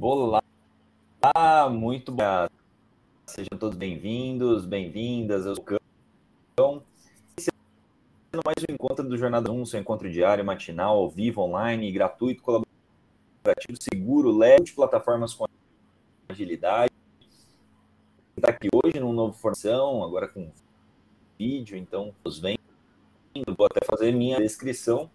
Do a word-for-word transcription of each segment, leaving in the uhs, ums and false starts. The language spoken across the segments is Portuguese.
Olá, muito bom. Sejam todos bem-vindos, bem-vindas. Eu sou o Cão. Esse é mais um encontro do Jornada um, seu encontro diário, matinal, ao vivo, online, gratuito, colaborativo, seguro, leve, de plataformas com agilidade. Está aqui hoje num novo formação, agora com vídeo, então nos vendo. Vou até fazer minha descrição.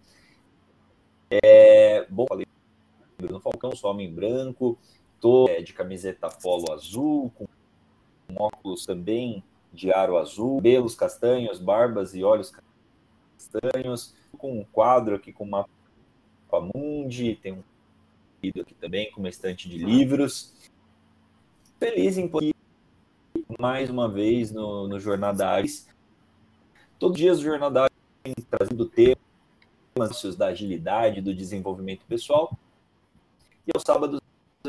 É, bom, falei Bruno Falcão, sou homem branco, tô é, de camiseta polo azul, com óculos também de aro azul, cabelos castanhos, barbas e olhos castanhos, com um quadro aqui com mapa mundi, tem um vídeo aqui também com uma estante de livros. Feliz em poder mais uma vez no, no Jornada Ágeis. Todos os dias o Jornada Ágeis trazendo temas da agilidade, do desenvolvimento pessoal. E aos sábados,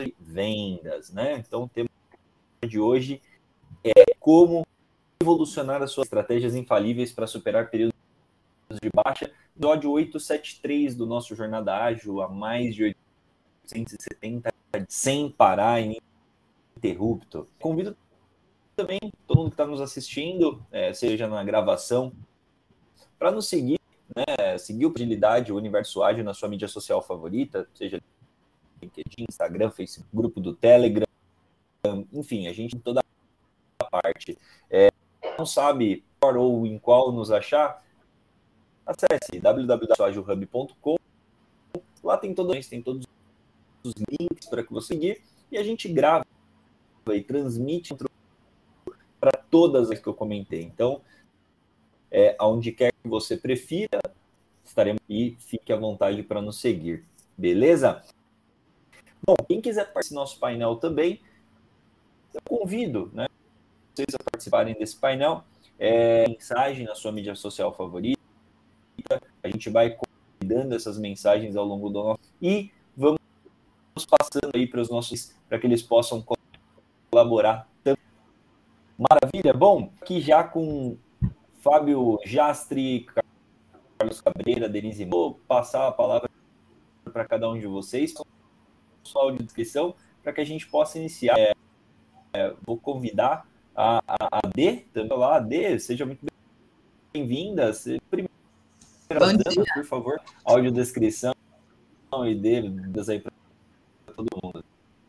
vendas, né? Então o tema de hoje é como evolucionar as suas estratégias infalíveis para superar períodos de baixa. Episódio oitocentos e setenta e três do nosso Jornada Ágil, há mais de oitocentos e setenta, sem parar, ininterrupto. Convido também todo mundo que está nos assistindo, é, seja na gravação, para nos seguir, né? Seguir o Agilidade, o Universo Ágil na sua mídia social favorita, seja LinkedIn, Instagram, Facebook, grupo do Telegram, enfim, a gente em toda parte. É, não sabe qual ou em qual nos achar? Acesse w w w ponto agile hub ponto com. Lá tem, todo, tem todos os links para que você seguir e a gente grava e transmite para todas as que eu comentei. Então, é, aonde quer que você prefira, estaremos e fique à vontade para nos seguir. Beleza? Bom, quem quiser participar do nosso painel também, eu convido, né, vocês a participarem desse painel. É, mensagem na sua mídia social favorita. A gente vai convidando essas mensagens ao longo do nosso... E vamos passando aí para os nossos... para que eles possam colaborar também. Maravilha? Bom, aqui já com Fábio Jastre, Carlos Cabreira, Denise... Vou passar a palavra para cada um de vocês, só a descrição, para que a gente possa iniciar. É, é, vou convidar a, a, a D, também lá, a D, seja muito bem-vinda. Primeiro, damas, por favor, audiodescrição e dedas aí para todo mundo.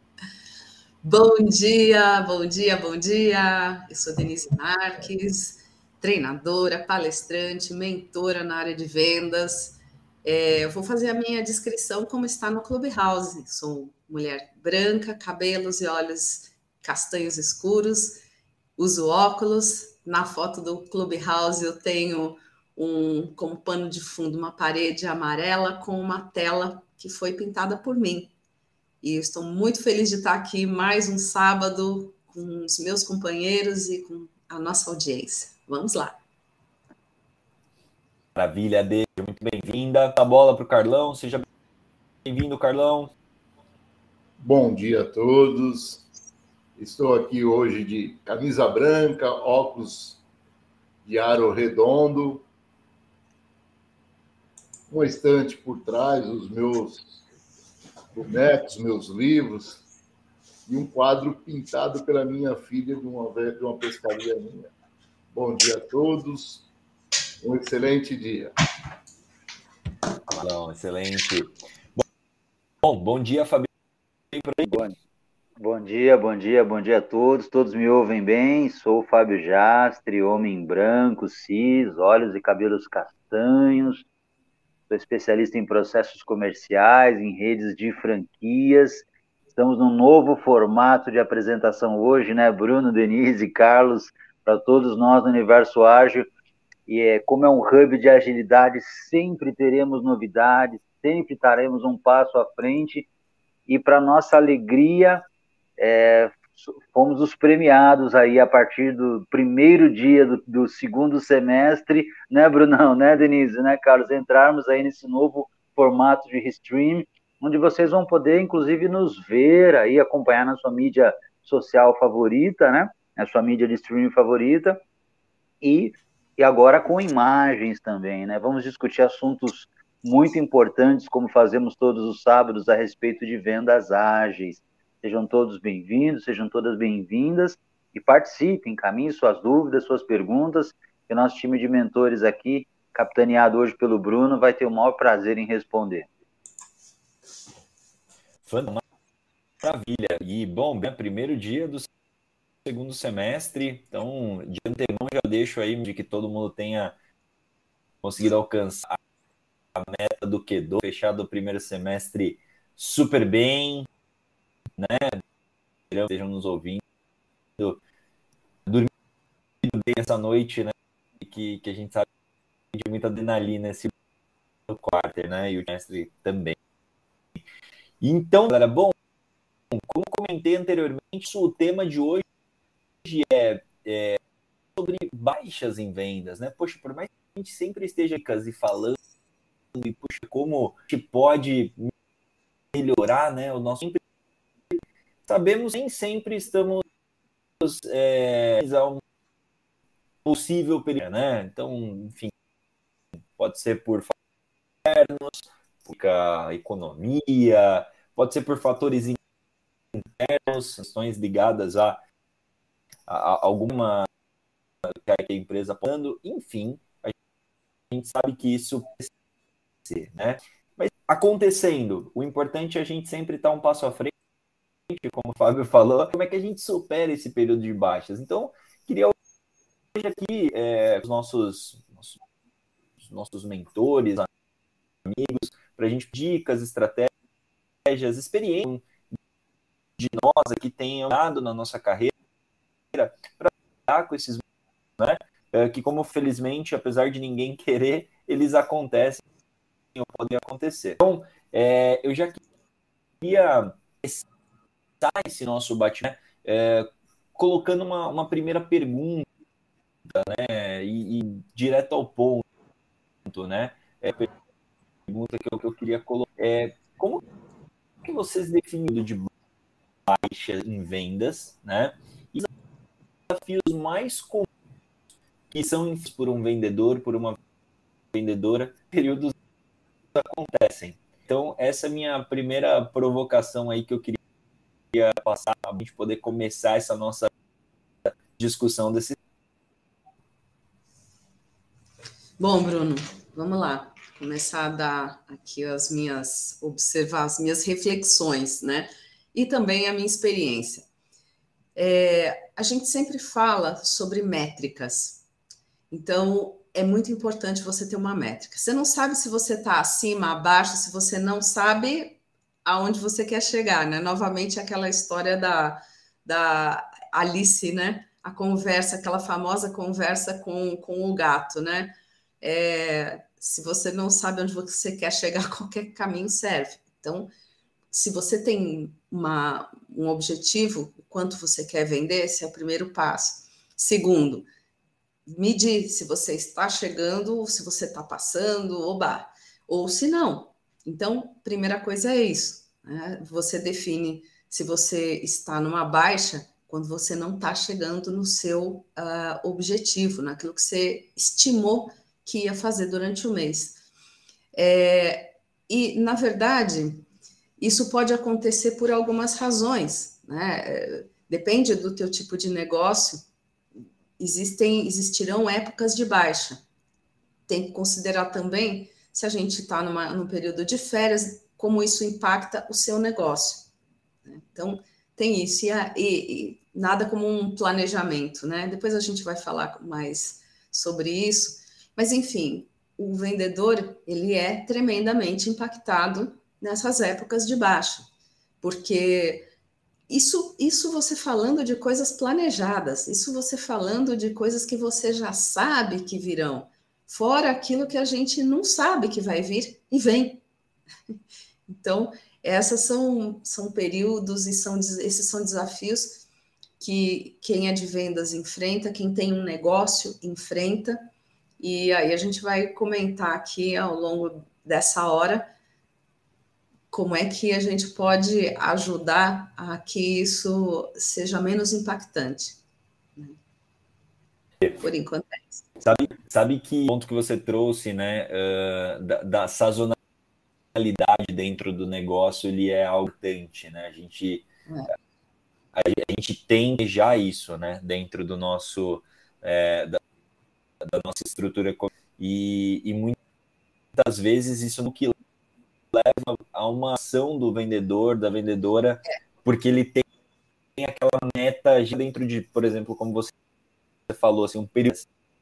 Bom dia, bom dia, bom dia. Eu sou Denise Marques, treinadora, palestrante, mentora na área de vendas. É, eu vou fazer a minha descrição como está no Clubhouse. Sou mulher branca, cabelos e olhos castanhos escuros, uso óculos. Na foto do Clubhouse eu tenho um, como pano de fundo uma parede amarela com uma tela que foi pintada por mim. E estou muito feliz de estar aqui mais um sábado com os meus companheiros e com a nossa audiência. Vamos lá. Maravilha, Deja, muito bem-vinda. A bola para o Carlão, seja bem-vindo, Carlão. Bom dia a todos. Estou aqui hoje de camisa branca, óculos de aro redondo, uma estante por trás, os meus bonecos, meus livros, e um quadro pintado pela minha filha de uma, de uma pescaria minha. Bom dia a todos, um excelente dia. Bom, excelente. Bom, bom dia, Fabio. Bom, bom dia, bom dia, bom dia a todos. Todos me ouvem bem? Sou o Fábio Jastre, homem branco, cis, olhos e cabelos castanhos. Sou especialista em processos comerciais, em redes de franquias. Estamos num novo formato de apresentação hoje, né? Bruno, Denise, Carlos, para todos nós no Universo Ágil. E é, como é um hub de agilidade, sempre teremos novidades, sempre estaremos um passo à frente. E para nossa alegria, é, fomos os premiados aí a partir do primeiro dia do, do segundo semestre, né, Brunão, né, Denise, né, Carlos, entrarmos aí nesse novo formato de Restream, onde vocês vão poder, inclusive, nos ver aí, acompanhar na sua mídia social favorita, né, na sua mídia de streaming favorita, e, e agora com imagens também, né, vamos discutir assuntos muito importantes, como fazemos todos os sábados, a respeito de vendas ágeis. Sejam todos bem-vindos, sejam todas bem-vindas e participem, encaminhem suas dúvidas, suas perguntas, que o nosso time de mentores aqui, capitaneado hoje pelo Bruno, vai ter o maior prazer em responder. Maravilha. E, bom, bem, primeiro dia do segundo semestre, então, de antemão, já deixo aí de que todo mundo tenha conseguido alcançar a meta do Q dois, fechado o primeiro semestre super bem, né? Estejam nos ouvindo, dormindo bem essa noite, né? Que, que a gente sabe de muita adrenalina esse quarter, né? E o semestre também. Então, galera, bom, como comentei anteriormente, o tema de hoje é, é sobre baixas em vendas, né? Poxa, por mais que a gente sempre esteja e falando, e puxa, como a gente pode melhorar, né? O nosso sabemos que nem sempre estamos é, a um possível período, né? Então, enfim, pode ser por externos, por economia, pode ser por fatores internos, questões ligadas a, a, a alguma que a empresa passando, enfim, a gente sabe que isso pode ser, né? Mas acontecendo, o importante é a gente sempre estar um passo à frente, como o Fábio falou, como é que a gente supera esse período de baixas. Então, queria hoje aqui é, os nossos, nossos, nossos mentores, amigos, para a gente dicas, estratégias, experiências de nós aqui tenham dado na nossa carreira para lidar com esses, né, é, que como felizmente, apesar de ninguém querer, eles acontecem ou podem acontecer. Então, é, eu já queria começar esse nosso bate-papo é, colocando uma, uma primeira pergunta, né, e, e direto ao ponto, né, é, a pergunta que eu, que eu queria colocar é como que vocês definiram de baixa em vendas, né, e os desafios mais comuns que são por um vendedor, por uma vendedora, períodos acontecem. Então, essa é a minha primeira provocação aí que eu queria passar para a gente poder começar essa nossa discussão desse. Bom, Bruno, vamos lá. Começar a dar aqui as minhas observar as minhas reflexões, né? E também a minha experiência. É, a gente sempre fala sobre métricas. Então, é muito importante você ter uma métrica. Você não sabe se você está acima, abaixo, se você não sabe aonde você quer chegar, né? Novamente, aquela história da, da Alice, né? A conversa, aquela famosa conversa com, com o gato, né? É, se você não sabe onde você quer chegar, qualquer caminho serve. Então, se você tem uma, um objetivo, o quanto você quer vender, esse é o primeiro passo. Segundo, medir se você está chegando, ou se você está passando, oba, ou se não. Então, primeira coisa é isso, né? Você define se você está numa baixa quando você não está chegando no seu uh, objetivo, naquilo que você estimou que ia fazer durante o mês. É, e, na verdade, isso pode acontecer por algumas razões, né? Depende do teu tipo de negócio. Existem, existirão épocas de baixa. Tem que considerar também se a gente está num período de férias, como isso impacta o seu negócio, né? Então, tem isso. E, a, e, e nada como um planejamento, né? Depois a gente vai falar mais sobre isso. Mas, enfim, o vendedor, ele é tremendamente impactado nessas épocas de baixa, porque Isso, isso você falando de coisas planejadas, isso você falando de coisas que você já sabe que virão, fora aquilo que a gente não sabe que vai vir e vem. Então, essas são, são períodos e são, esses são desafios que quem é de vendas enfrenta, quem tem um negócio enfrenta, e aí a gente vai comentar aqui ao longo dessa hora como é que a gente pode ajudar a que isso seja menos impactante. Por enquanto é isso. Sabe, sabe que o ponto que você trouxe, né, uh, da, da sazonalidade dentro do negócio, ele é algo importante, né? A gente É. A, a gente tem já isso, né, dentro do nosso, é, da, da nossa estrutura, e, e muitas vezes isso no que leva a uma ação do vendedor, da vendedora, porque ele tem aquela meta dentro de, por exemplo, como você falou, assim, um período.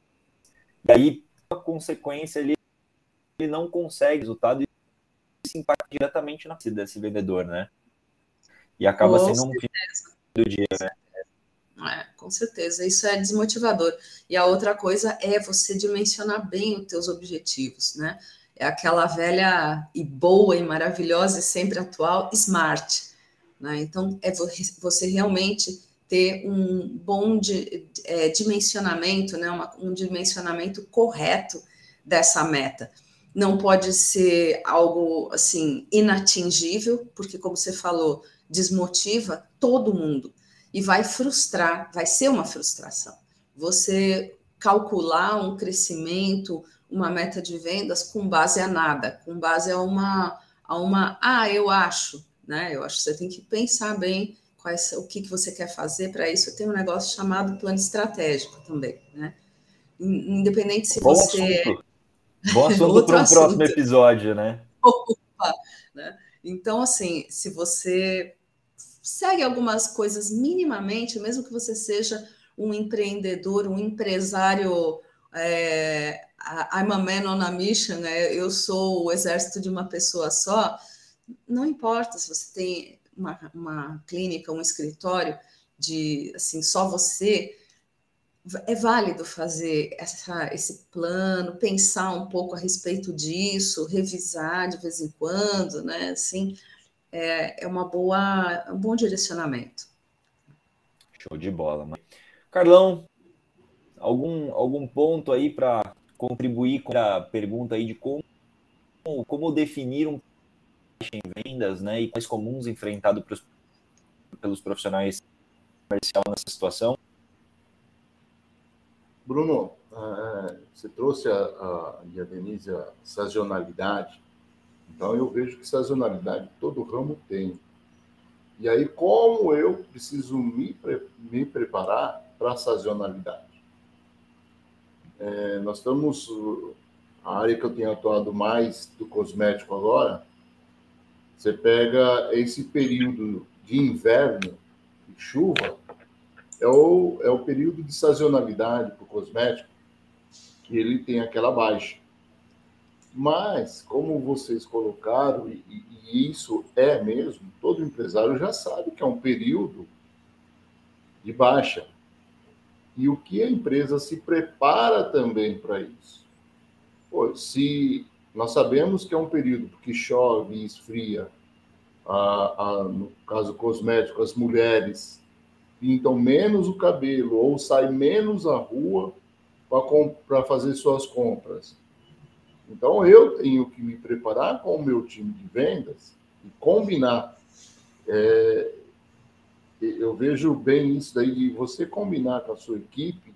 E aí, a consequência, ele, ele não consegue resultado, e isso impacta diretamente na vida desse vendedor, né? E acaba Com sendo um fim do dia, né? É, com certeza, isso é desmotivador. E a outra coisa é você dimensionar bem os teus objetivos, né? É aquela velha e boa e maravilhosa e sempre atual SMART, né? Então, é você realmente ter um bom de, é, dimensionamento, né? Uma, um dimensionamento correto dessa meta. Não pode ser algo, assim, inatingível, porque, como você falou, desmotiva todo mundo. E vai frustrar, vai ser uma frustração. Você calcular um crescimento, uma meta de vendas com base a nada, com base a uma, a uma ah, eu acho, né? Eu acho que você tem que pensar bem quais, o que, que você quer fazer para isso. Tem um negócio chamado plano estratégico também, né? Independente se Bom você... assunto. Bom assunto para um assunto. próximo episódio, né? Opa, né? Então, assim, se você segue algumas coisas minimamente, mesmo que você seja um empreendedor, um empresário, é, I'm a man on a mission, né? Eu sou o exército de uma pessoa só, não importa se você tem uma, uma clínica, um escritório de, assim, só você, é válido fazer essa, esse plano, pensar um pouco a respeito disso, revisar de vez em quando, né? Assim, é, é uma boa, um bom direcionamento. Show de bola, mãe. Carlão, algum, algum ponto aí para contribuir com a pergunta aí de como, como definir um em vendas, né? E quais comuns enfrentados pros, pelos profissionais comerciais nessa situação? Bruno, uh, você trouxe a, a, a Denise a sazonalidade. Então, eu vejo que sazonalidade todo ramo tem. E aí, como eu preciso me, me preparar para a sazonalidade? É, nós estamos... A área que eu tenho atuado mais do cosmético agora, você pega esse período de inverno e chuva, é o, é o período de sazonalidade para o cosmético, que ele tem aquela baixa. Mas, como vocês colocaram, e, e isso é mesmo, todo empresário já sabe que é um período de baixa. E o que a empresa se prepara também para isso? Pô, se nós sabemos que é um período que chove e esfria, a, a, no caso cosmético, as mulheres pintam menos o cabelo ou saem menos à rua para fazer suas compras. Então, eu tenho que me preparar com o meu time de vendas e combinar. É, eu vejo bem isso daí, de você combinar com a sua equipe,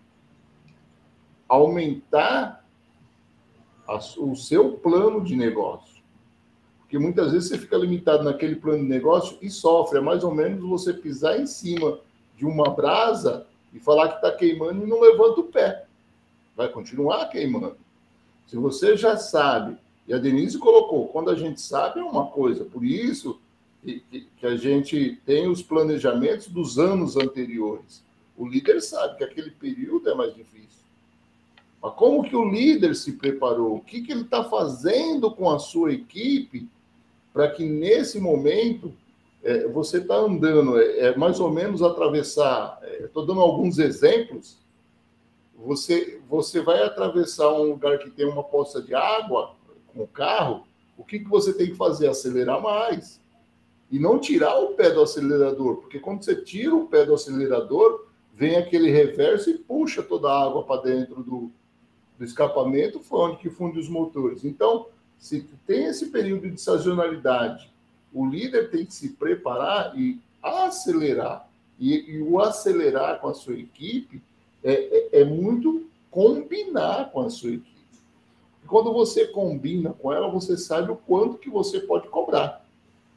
aumentar a, o seu plano de negócio. Porque muitas vezes você fica limitado naquele plano de negócio e sofre. É mais ou menos você pisar em cima de uma brasa e falar que está queimando e não levanta o pé. Vai continuar queimando. Se você já sabe, e a Denise colocou, quando a gente sabe é uma coisa, por isso que, que a gente tem os planejamentos dos anos anteriores. O líder sabe que aquele período é mais difícil. Mas como que o líder se preparou? O que, que ele está fazendo com a sua equipe para que nesse momento é, você está andando, é, é mais ou menos atravessar, estou é, dando alguns exemplos, Você, você vai atravessar um lugar que tem uma poça de água com o carro, o que, que você tem que fazer? Acelerar mais. E não tirar o pé do acelerador, porque quando você tira o pé do acelerador, vem aquele reverso e puxa toda a água para dentro do, do escapamento, foi onde que funde os motores. Então, se tem esse período de sazonalidade, o líder tem que se preparar e acelerar. E, e o acelerar com a sua equipe É, é, é muito combinar com a sua equipe. E quando você combina com ela, você sabe o quanto que você pode cobrar.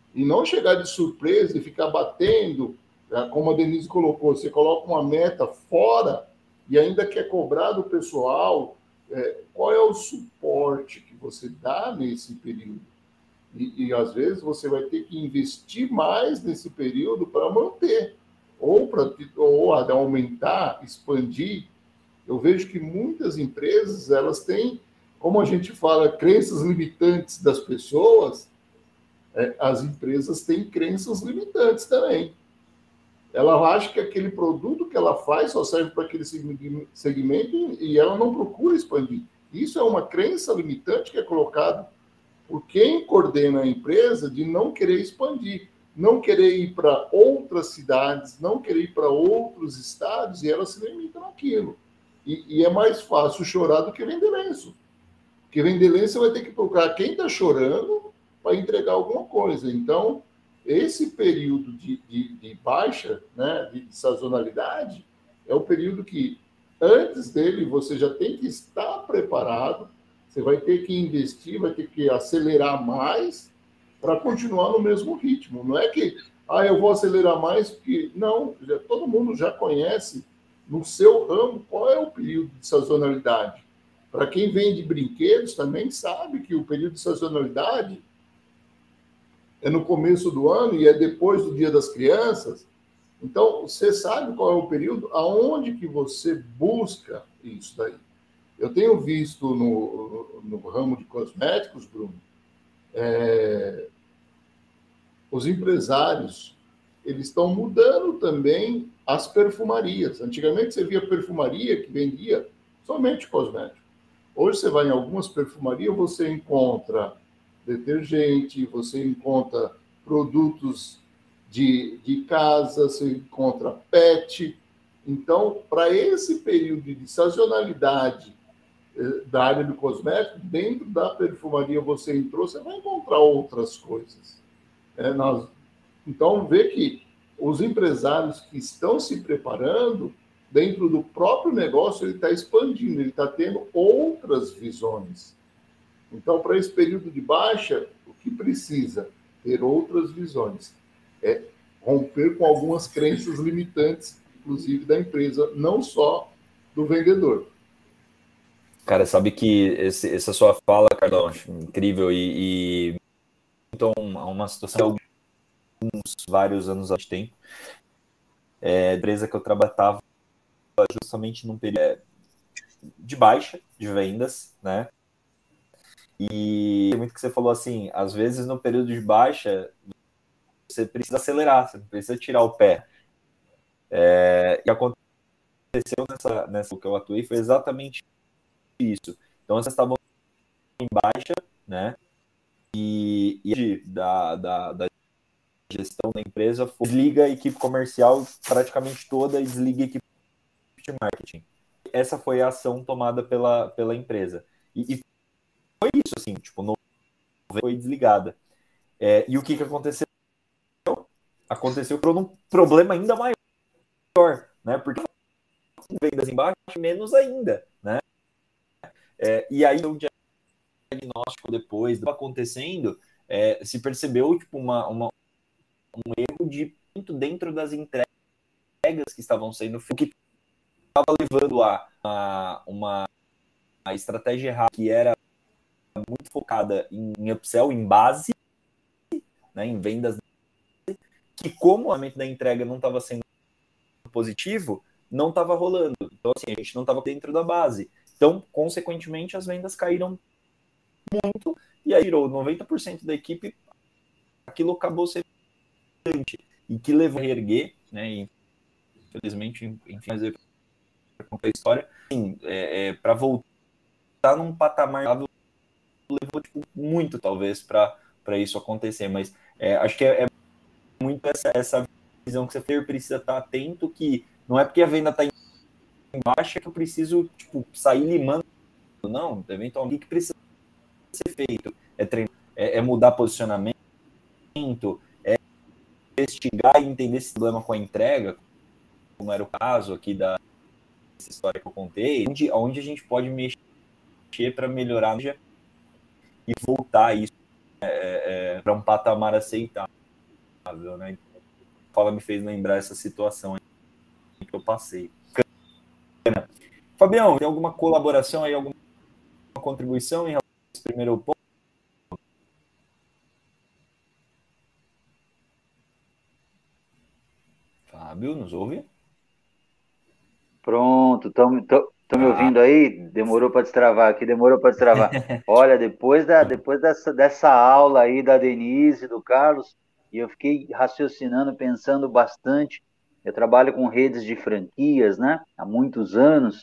E não chegar de surpresa e ficar batendo, como a Denise colocou, você coloca uma meta fora e ainda quer cobrar do pessoal, é, qual é o suporte que você dá nesse período? E, e às vezes você vai ter que investir mais nesse período para manter, ou para ou aumentar, expandir. Eu vejo que muitas empresas, elas têm, como a gente fala, crenças limitantes das pessoas, é, as empresas têm crenças limitantes também. Ela acha que aquele produto que ela faz só serve para aquele segmento e ela não procura expandir. Isso é uma crença limitante que é colocada por quem coordena a empresa de não querer expandir, não querer ir para outras cidades, não querer ir para outros estados, e ela se limita naquilo. E, e é mais fácil chorar do que vender lenço. Porque vender lenço você vai ter que procurar quem está chorando para entregar alguma coisa. Então, esse período de, de, de baixa, né, de sazonalidade, é o período que, antes dele, você já tem que estar preparado, você vai ter que investir, vai ter que acelerar mais para continuar no mesmo ritmo. Não é que, ah, eu vou acelerar mais, porque... Não, já, todo mundo já conhece, no seu ramo, qual é o período de sazonalidade. Para quem vende brinquedos, também sabe que o período de sazonalidade é no começo do ano e é depois do Dia das Crianças. Então, você sabe qual é o período, aonde que você busca isso daí. Eu tenho visto no, no ramo de cosméticos, Bruno, é, os empresários, eles estão mudando também as perfumarias. Antigamente você via perfumaria que vendia somente cosmético. Hoje você vai em algumas perfumarias, você encontra detergente, você encontra produtos de, de casa, você encontra pet. Então, para esse período de sazonalidade da área do cosmético, dentro da perfumaria você entrou, você vai encontrar outras coisas. É, nós, então, vê que os empresários que estão se preparando, dentro do próprio negócio, ele está expandindo, ele está tendo outras visões. Então, para esse período de baixa, o que precisa? Ter outras visões. É romper com algumas crenças limitantes, inclusive da empresa, não só do vendedor. Cara, sabe que esse, essa sua fala, Cardão, acho incrível e, e então uma situação de alguns vários anos de tempo, é, a empresa que eu trabalhava justamente num período de baixa de vendas, né? E muito que você falou assim, às vezes no período de baixa você precisa acelerar, você não precisa tirar o pé. É, e aconteceu nessa, nessa que eu atuei foi exatamente isso. Então vocês estavam em baixa, né? E, e da, da, da gestão da empresa foi, desliga a equipe comercial praticamente toda e desliga a equipe de marketing. Essa foi a ação tomada pela, pela empresa. E, e foi isso, assim, tipo, não foi desligada. É, e o que, que aconteceu? Aconteceu por um problema ainda maior, né? Porque com vendas embaixo, menos ainda, né? É, e aí o diagnóstico depois acontecendo, é, se percebeu tipo, uma, uma, um erro de muito dentro das entregas que estavam sendo feitas, o que estava levando a, a uma a estratégia errada, que era muito focada em, em upsell, em base, né, em vendas, que como o aumento da entrega não estava sendo positivo, não estava rolando. Então, assim, a gente não estava dentro da base. Então, consequentemente, as vendas caíram muito, e aí tirou noventa por cento da equipe, aquilo acabou sendo e que levou a reerguer, né, e infelizmente, enfim, mas eu contei a história, assim, é, é, para voltar num patamar levou tipo, muito, talvez, para isso acontecer, mas é, acho que é, é muito essa, essa visão que você precisa estar atento, que não é porque a venda está em baixa que eu preciso tipo, sair limando, não, eventualmente o que precisa ser feito é, treinar, é, é mudar posicionamento, é investigar e entender esse problema com a entrega, como era o caso aqui da história que eu contei, onde, onde a gente pode mexer para melhorar e voltar isso é, é, para um patamar aceitável. né? Fala me fez lembrar essa situação que eu passei. Fabião, tem alguma colaboração aí, alguma contribuição em relação a esse primeiro ponto? Fábio, nos ouve? Pronto, estão me ouvindo aí? Demorou para destravar aqui, demorou para destravar. Olha, depois, da, depois dessa, dessa aula aí da Denise, do Carlos, e eu fiquei raciocinando, pensando bastante. Eu trabalho com redes de franquias, né, há muitos anos,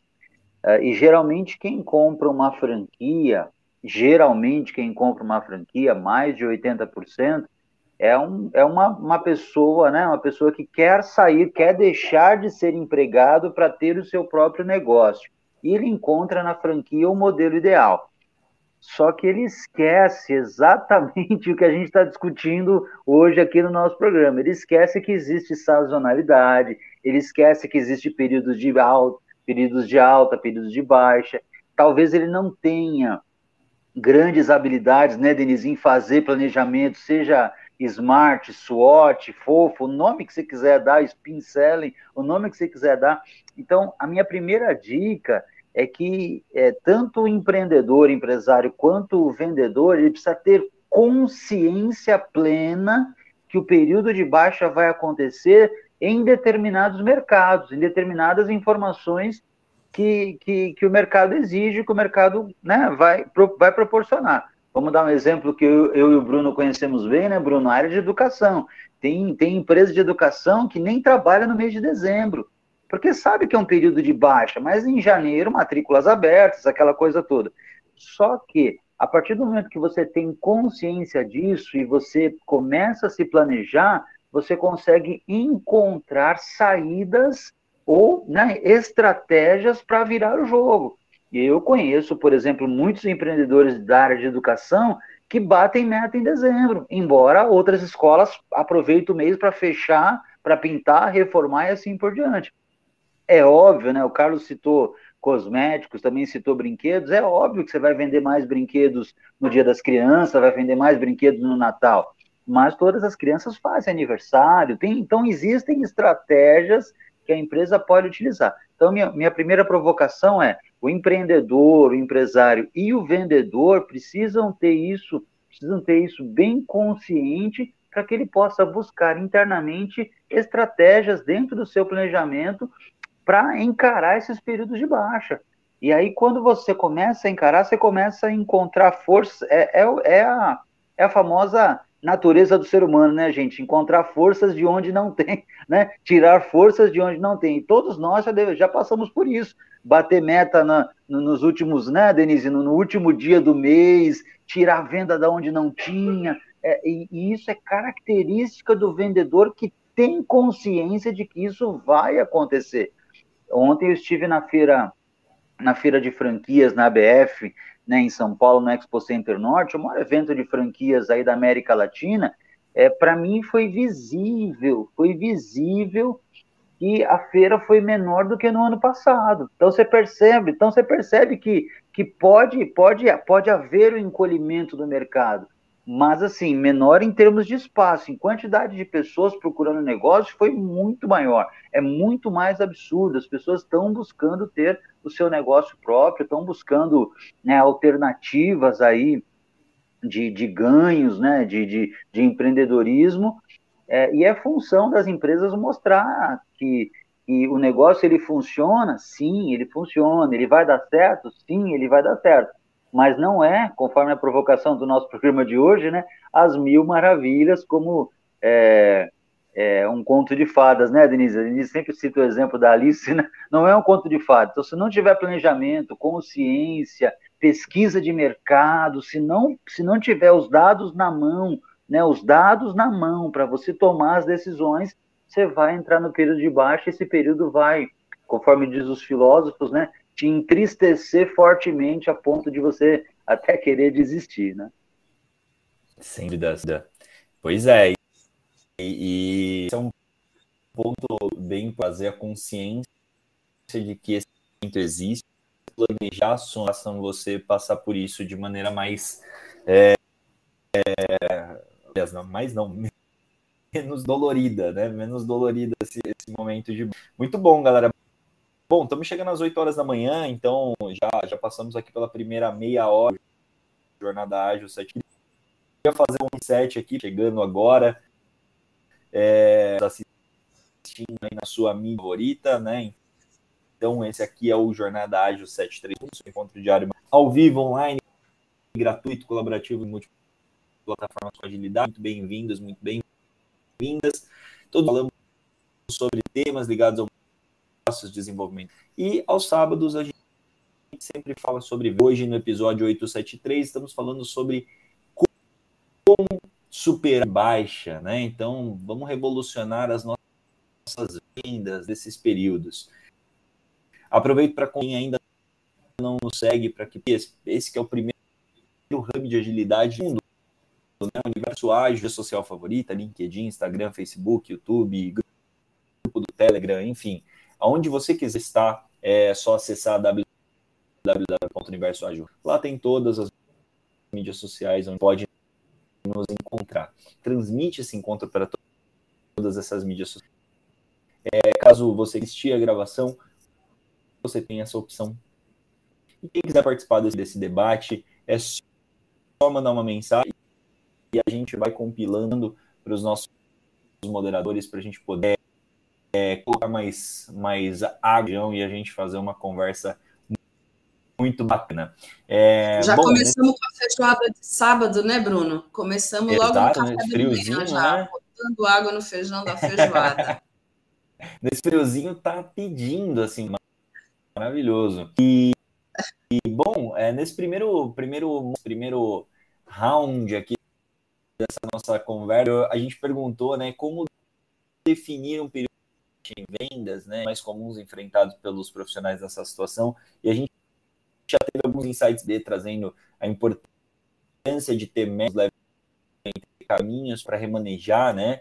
e geralmente quem compra uma franquia, geralmente quem compra uma franquia, mais de oitenta por cento, é, um, é uma, uma pessoa, né, uma pessoa que quer sair, quer deixar de ser empregado para ter o seu próprio negócio. E ele encontra na franquia o modelo ideal. Só que ele esquece exatamente o que a gente está discutindo hoje aqui no nosso programa. Ele esquece que existe sazonalidade, ele esquece que existe períodos de alta, períodos de alta, períodos de baixa. Talvez ele não tenha grandes habilidades, né, Denise, em fazer planejamento, seja Smart, SWOT, Fofo, o nome que você quiser dar, Spin Selling, o nome que você quiser dar. Então, a minha primeira dica é que é, tanto o empreendedor, empresário, quanto o vendedor, ele precisa ter consciência plena que o período de baixa vai acontecer em determinados mercados, em determinadas informações que, que, que o mercado exige, que o mercado, né, vai, vai proporcionar. Vamos dar um exemplo que eu, eu e o Bruno conhecemos bem, né, Bruno? A área de educação. Tem, tem empresa de educação que nem trabalha no mês de dezembro, porque sabe que é um período de baixa, mas em janeiro, matrículas abertas, aquela coisa toda. Só que, a partir do momento que você tem consciência disso e você começa a se planejar, você consegue encontrar saídas ou, né, estratégias para virar o jogo. E eu conheço, por exemplo, muitos empreendedores da área de educação que batem meta em dezembro, embora outras escolas aproveitem o mês para fechar, para pintar, reformar e assim por diante. É óbvio, né? O Carlos citou cosméticos, também citou brinquedos. É óbvio que você vai vender mais brinquedos no Dia das Crianças, vai vender mais brinquedos no Natal. Mas todas as crianças fazem aniversário. Tem, então, existem estratégias que a empresa pode utilizar. Então, minha, minha primeira provocação é: o empreendedor, o empresário e o vendedor precisam ter isso, precisam ter isso bem consciente para que ele possa buscar internamente estratégias dentro do seu planejamento para encarar esses períodos de baixa. E aí, quando você começa a encarar, você começa a encontrar força, é, é, é, a, é a famosa natureza do ser humano, né, gente? Encontrar forças de onde não tem, né? Tirar forças de onde não tem. E todos nós já, deve, já passamos por isso. Bater meta na, no, nos últimos, né, Denise, no, no último dia do mês, tirar venda da onde não tinha. É, e, e isso é característica do vendedor que tem consciência de que isso vai acontecer. Ontem eu estive na feira, na feira de franquias, na A B F, né, em São Paulo, no Expo Center Norte, o maior evento de franquias aí da América Latina. É, para mim foi visível, foi visível que a feira foi menor do que no ano passado. Então você percebe, então você percebe que, que pode, pode, pode haver o encolhimento do mercado, mas assim, menor em termos de espaço, em quantidade de pessoas procurando negócio foi muito maior, é muito mais absurdo, as pessoas estão buscando ter o seu negócio próprio, estão buscando, né, alternativas aí de, de ganhos, né, de, de, de empreendedorismo, é, e é função das empresas mostrar que, que o negócio ele funciona, sim, ele funciona, ele vai dar certo, sim, ele vai dar certo. Mas não é, conforme a provocação do nosso programa de hoje, né, as mil maravilhas, como é, é um conto de fadas, né, Denise? A Denise sempre cita o exemplo da Alice, né? Não é um conto de fadas. Então, se não tiver planejamento, consciência, pesquisa de mercado, se não, se não tiver os dados na mão, né, os dados na mão para você tomar as decisões, você vai entrar no período de baixa, esse período vai, conforme diz os filósofos, né, te entristecer fortemente a ponto de você até querer desistir, né? Sem dúvida. Pois é, e, e esse é um ponto bem para fazer a consciência de que esse momento existe, planejar a ação, você passar por isso de maneira mais, é, é, mais não, menos dolorida, né? Menos dolorida esse, esse momento de... Muito bom, galera. Bom, estamos chegando às oito horas da manhã, então já, já passamos aqui pela primeira meia hora de Jornada Ágil sete. Queria fazer um reset aqui, chegando agora, é, assistindo aí na sua mídia favorita, né? Então esse aqui é o Jornada Ágil sete três um, seu encontro diário ao vivo, online, gratuito, colaborativo em múltiplas plataformas com agilidade. Muito bem-vindos, muito bem-vindas. Todos falamos sobre temas ligados ao nosso desenvolvimento. E aos sábados a gente sempre fala sobre... Hoje no episódio oitocentos e setenta e três estamos falando sobre como superar baixa, né? Então vamos revolucionar as nossas vendas desses períodos. Aproveito para quem ainda não nos segue, para que esse que é o primeiro hub de agilidade do mundo, né? Universo Ágil, social favorita, LinkedIn, Instagram, Facebook, YouTube, grupo do Telegram, enfim, aonde você quiser estar, é só acessar w w w ponto universo ágil. Lá tem todas as mídias sociais onde pode nos encontrar. Transmite esse encontro para todas essas mídias sociais. É, caso você assistir a gravação, você tem essa opção. E quem quiser participar desse, desse debate, é só mandar uma mensagem e a gente vai compilando para os nossos moderadores para a gente poder é, colocar mais, mais ágil e a gente fazer uma conversa muito bacana. É, já bom, começamos nesse... com a feijoada de sábado, né, Bruno? Começamos Exato, logo no café né? da friozinho, manhã já, né? botando água no feijão da feijoada. Nesse friozinho tá pedindo, assim, maravilhoso. E, e bom, é, nesse primeiro, primeiro, primeiro round aqui dessa nossa conversa, a gente perguntou, né, como definir um período em vendas, né, mais comuns enfrentados pelos profissionais nessa situação, e a gente já teve alguns insights de trazendo a importância de ter métodos caminhos para remanejar, né,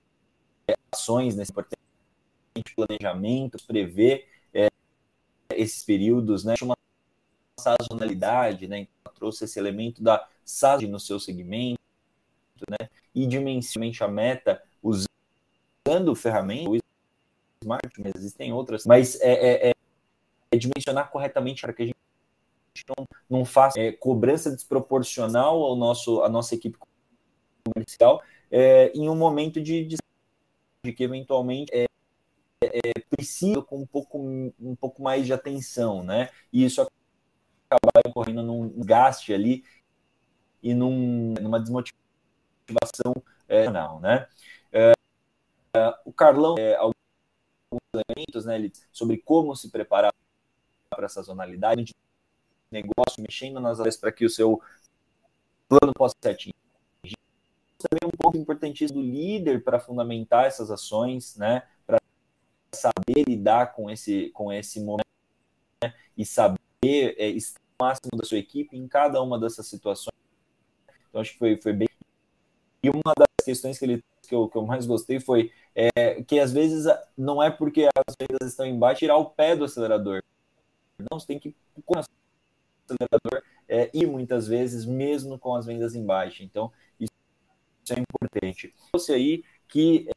ações nesse importante planejamento, prever é, esses períodos, né, uma sazonalidade, né, então trouxe esse elemento da sazonalidade no seu segmento, né, e dimensionalmente a meta usando ferramentas, o Smart, mas existem outras, mas é, é, é dimensionar corretamente para que a gente não, não faça é, cobrança desproporcional ao nosso, à nossa equipe comercial é, em um momento de, de, de que eventualmente é, é, precisa com um pouco, um pouco mais de atenção, né? E isso acaba ocorrendo num gaste ali e num, numa desmotivação é, não, né? É, o Carlão, é, alguns elementos, né, ele, sobre como se preparar para essa sazonalidade de negócio, mexendo nas áreas para que o seu plano possa ser atingido. Também um ponto importantíssimo do líder para fundamentar essas ações, né, para saber lidar com esse, com esse momento, né, e saber é, estar no máximo da sua equipe em cada uma dessas situações. Então, acho que foi, foi bem... E uma das questões que, ele, que, eu, que eu mais gostei foi é, que, às vezes, não é porque as vendas estão embaixo, tirar o pé do acelerador. Não, você tem que com o acelerador é, e muitas vezes, mesmo com as vendas embaixo. Então, isso é importante. Você aí que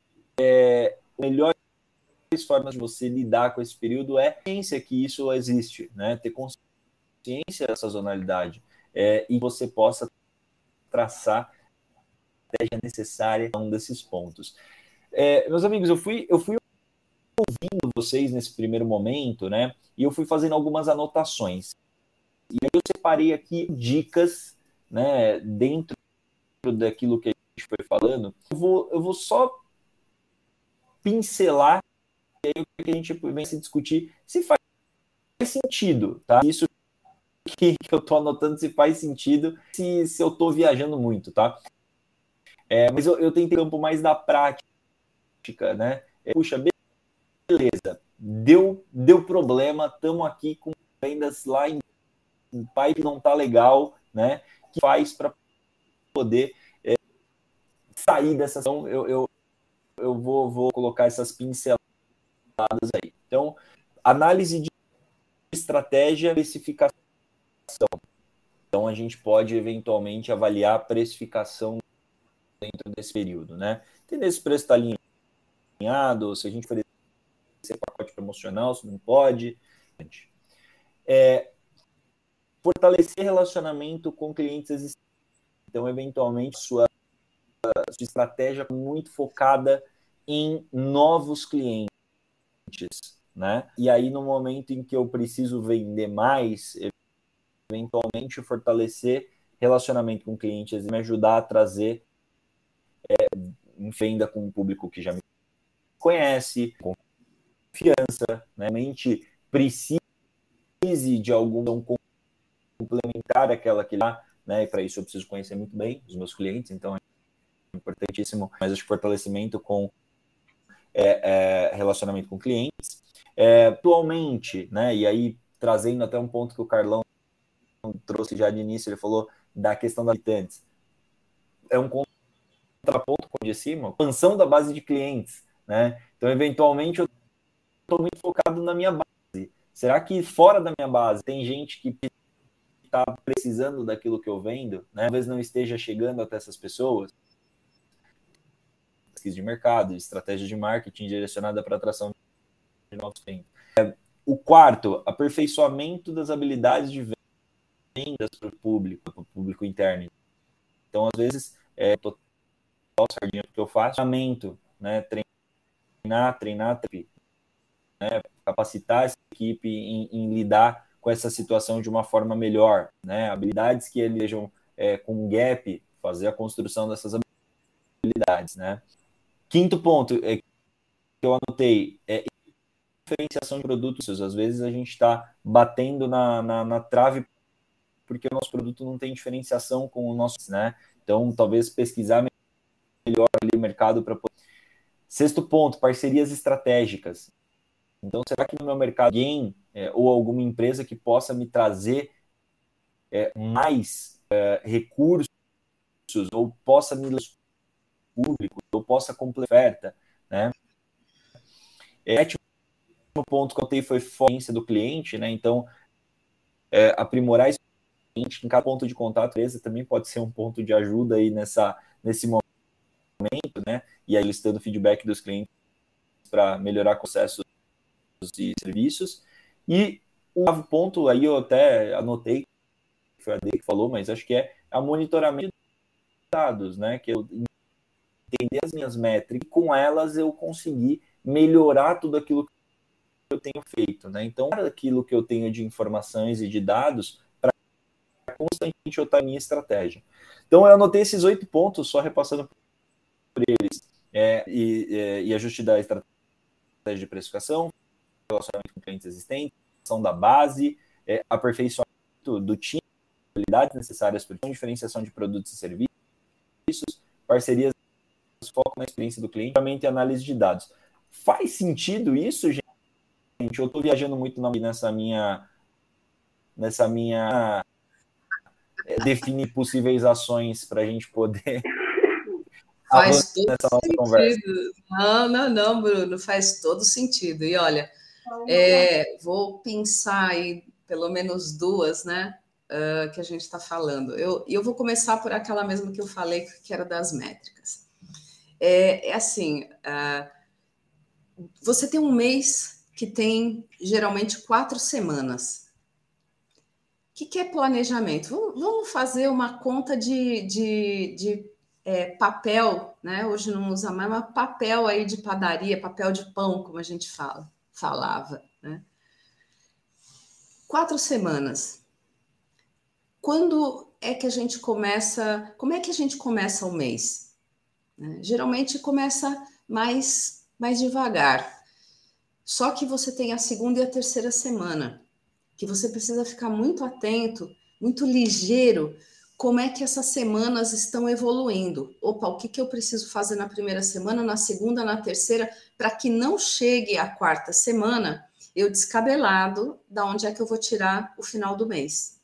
é, melhores formas de você lidar com esse período é a ciência que isso existe, né? Ter consciência da sazonalidade é, e você possa traçar a estratégia necessária a um desses pontos. É, meus amigos, eu fui, eu fui ouvindo vocês nesse primeiro momento, né? E eu fui fazendo algumas anotações. E aí eu separei aqui dicas, né? Dentro daquilo que a gente foi falando. Eu vou, eu vou só pincelar e aí o que a gente vem se discutir se faz sentido, tá? Isso que, que eu tô anotando se faz sentido, se, se eu tô viajando muito, tá? É, mas eu, eu tentei um campo mais da prática, né? É, puxa, beleza, deu, deu problema, estamos aqui com vendas lá em um pipe não tá legal, né? Que faz para poder é, sair dessa ação? Eu, eu, eu vou, vou colocar essas pinceladas aí. Então, análise de estratégia, precificação. Então, a gente pode eventualmente avaliar a precificação dentro desse período, né? entender se o preço está alinhado, se a gente oferecer pacote promocional, se não pode. É, fortalecer relacionamento com clientes existentes. Então, eventualmente, sua, sua estratégia muito focada em novos clientes, né? E aí, no momento em que eu preciso vender mais, eventualmente fortalecer relacionamento com clientes e me ajudar a trazer é, venda com um público que já me conhece, confiança, né? Mente precise de algum complementar aquela que lá, né? E para isso eu preciso conhecer muito bem os meus clientes, então é importantíssimo, mas acho que fortalecimento com é, é, relacionamento com clientes. É, atualmente, né? E aí trazendo até um ponto que o Carlão trouxe já de início, ele falou da questão das habitantes. É um contraponto com o de cima, expansão da base de clientes, né? Então, eventualmente, eu estou muito focado na minha base. Será que fora da minha base tem gente que está precisando daquilo que eu vendo, né? Talvez não esteja chegando até essas pessoas? Pesquisa de mercado, estratégia de marketing direcionada para atração de novos clientes. É, o quarto, aperfeiçoamento das habilidades de vendas para o público, para o público interno. Então, às vezes, é total sardinha que eu faço, treinamento, né? Treinar, treinar, né? Capacitar essa equipe em, em lidar com essa situação de uma forma melhor, né? Habilidades que eles sejam é, com um gap, fazer a construção dessas habilidades, né? Quinto ponto é, que eu anotei é diferenciação de produtos. Às vezes a gente está batendo na, na, na trave porque o nosso produto não tem diferenciação com o nosso, né? Então, talvez pesquisar melhor ali o mercado para poder... Sexto ponto, parcerias estratégicas. Então, será que no meu mercado alguém é, ou alguma empresa que possa me trazer é, mais é, recursos ou possa me público ou possa completar oferta, né? É, o ponto que eu tenho foi foco do cliente, né? Então, é, aprimorar esse cliente em cada ponto de contato, empresa também pode ser um ponto de ajuda aí nessa, nesse momento, né? E aí listando feedback dos clientes para melhorar processos e serviços. E o ponto aí eu até anotei, foi a Dei que falou, mas acho que é a monitoramento de dados, né? Que eu entender as minhas métricas e com elas eu conseguir melhorar tudo aquilo que eu tenho feito, né? Então, aquilo que eu tenho de informações e de dados para constantemente eu estar em minha estratégia. Então, eu anotei esses oito pontos, só repassando por eles. É, e, é, e ajuste da estratégia de precificação, relacionamento com clientes existentes, ação da base, é, aperfeiçoamento do time, habilidades necessárias para a diferenciação de produtos e serviços, parcerias, foco na experiência do cliente, e análise de dados. Faz sentido isso, gente? Eu estou viajando muito nessa minha nessa minha é, definir possíveis ações para a gente poder faz todo nessa nossa sentido. Conversa. Não, não, não, Bruno, faz todo sentido. E olha, é, vou pensar aí pelo menos duas, né, uh, que a gente está falando. Eu, eu vou começar por aquela mesma que eu falei, que era das métricas. É, é assim, uh, você tem um mês que tem geralmente quatro semanas. O que, que é planejamento? Vamos, vamos fazer uma conta de, de, de é, papel, né? Hoje não usa mais, mas papel aí de padaria, papel de pão, como a gente fala, falava, né? Quatro semanas. Quando é que a gente começa? Como é que a gente começa o mês? Né? Geralmente começa mais, mais devagar. Só que você tem a segunda e a terceira semana, que você precisa ficar muito atento, muito ligeiro, como é que essas semanas estão evoluindo. Opa, o que, que eu preciso fazer na primeira semana, na segunda, na terceira, para que não chegue a quarta semana, eu descabelado, da onde é que eu vou tirar o final do mês.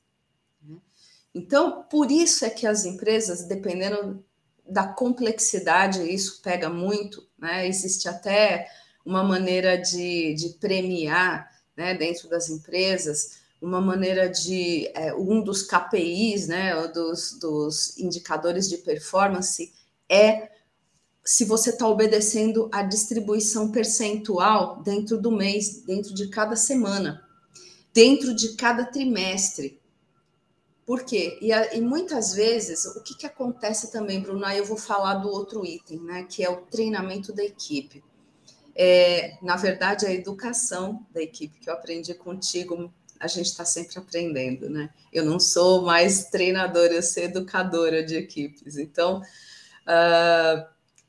Então, por isso é que as empresas, dependendo da complexidade, isso pega muito, né? Existe até uma maneira de, de premiar, né, dentro das empresas, uma maneira de, é, um dos K P Is, né, dos, dos indicadores de performance é se você está obedecendo a distribuição percentual dentro do mês, dentro de cada semana, dentro de cada trimestre. Por quê? E, a, e muitas vezes, o que, que acontece também, Bruno? Aí eu vou falar do outro item, né? Que é o treinamento da equipe. É, na verdade, a educação da equipe, que eu aprendi contigo, a gente está sempre aprendendo, né? Eu não sou mais treinadora, eu sou educadora de equipes. Então, uh,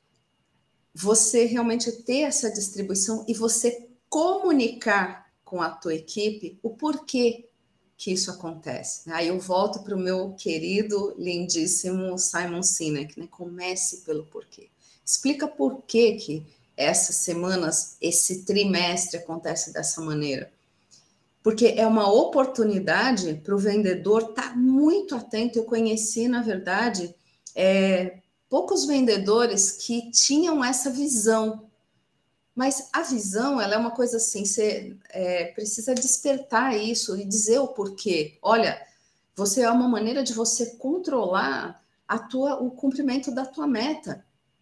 você realmente ter essa distribuição e você comunicar com a tua equipe o porquê que isso acontece. Aí eu volto para o meu querido, lindíssimo Simon Sinek, né? Comece pelo porquê. Explica por que que essas semanas, esse trimestre acontece dessa maneira. Porque é uma oportunidade para o vendedor estar muito atento. Eu conheci, na verdade, é, poucos vendedores que tinham essa visão. Mas a visão, ela é uma coisa assim, você é, precisa despertar isso e dizer o porquê. Olha, você é uma maneira de você controlar a tua, o cumprimento da tua meta.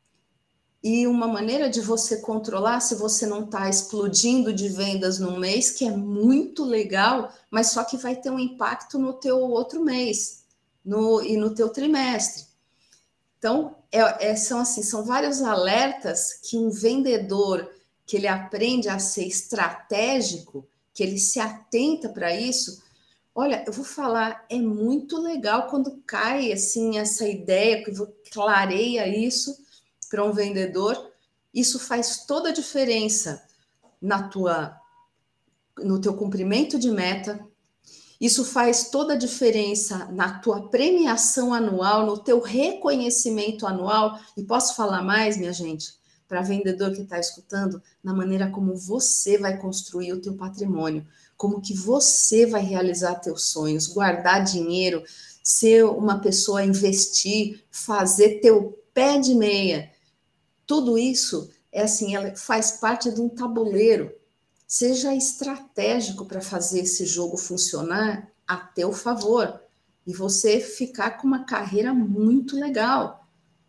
E uma maneira de você controlar se você não está explodindo de vendas num mês, que é muito legal, mas só que vai ter um impacto no teu outro mês no, e no teu trimestre. Então, é, é, são assim, são vários alertas que um vendedor que ele aprende a ser estratégico, que ele se atenta para isso. Olha, eu vou falar, é muito legal quando cai assim essa ideia, que clareia isso para um vendedor. Isso faz toda a diferença na tua, no teu cumprimento de meta. Isso faz toda a diferença na tua premiação anual, no teu reconhecimento anual. E posso falar mais, minha gente? Para vendedor que está escutando, na maneira como você vai construir o teu patrimônio, como que você vai realizar teus sonhos, guardar dinheiro, ser uma pessoa a investir, fazer teu pé de meia. Tudo isso é assim, ela faz parte de um tabuleiro. Seja estratégico para fazer esse jogo funcionar a teu favor e você ficar com uma carreira muito legal.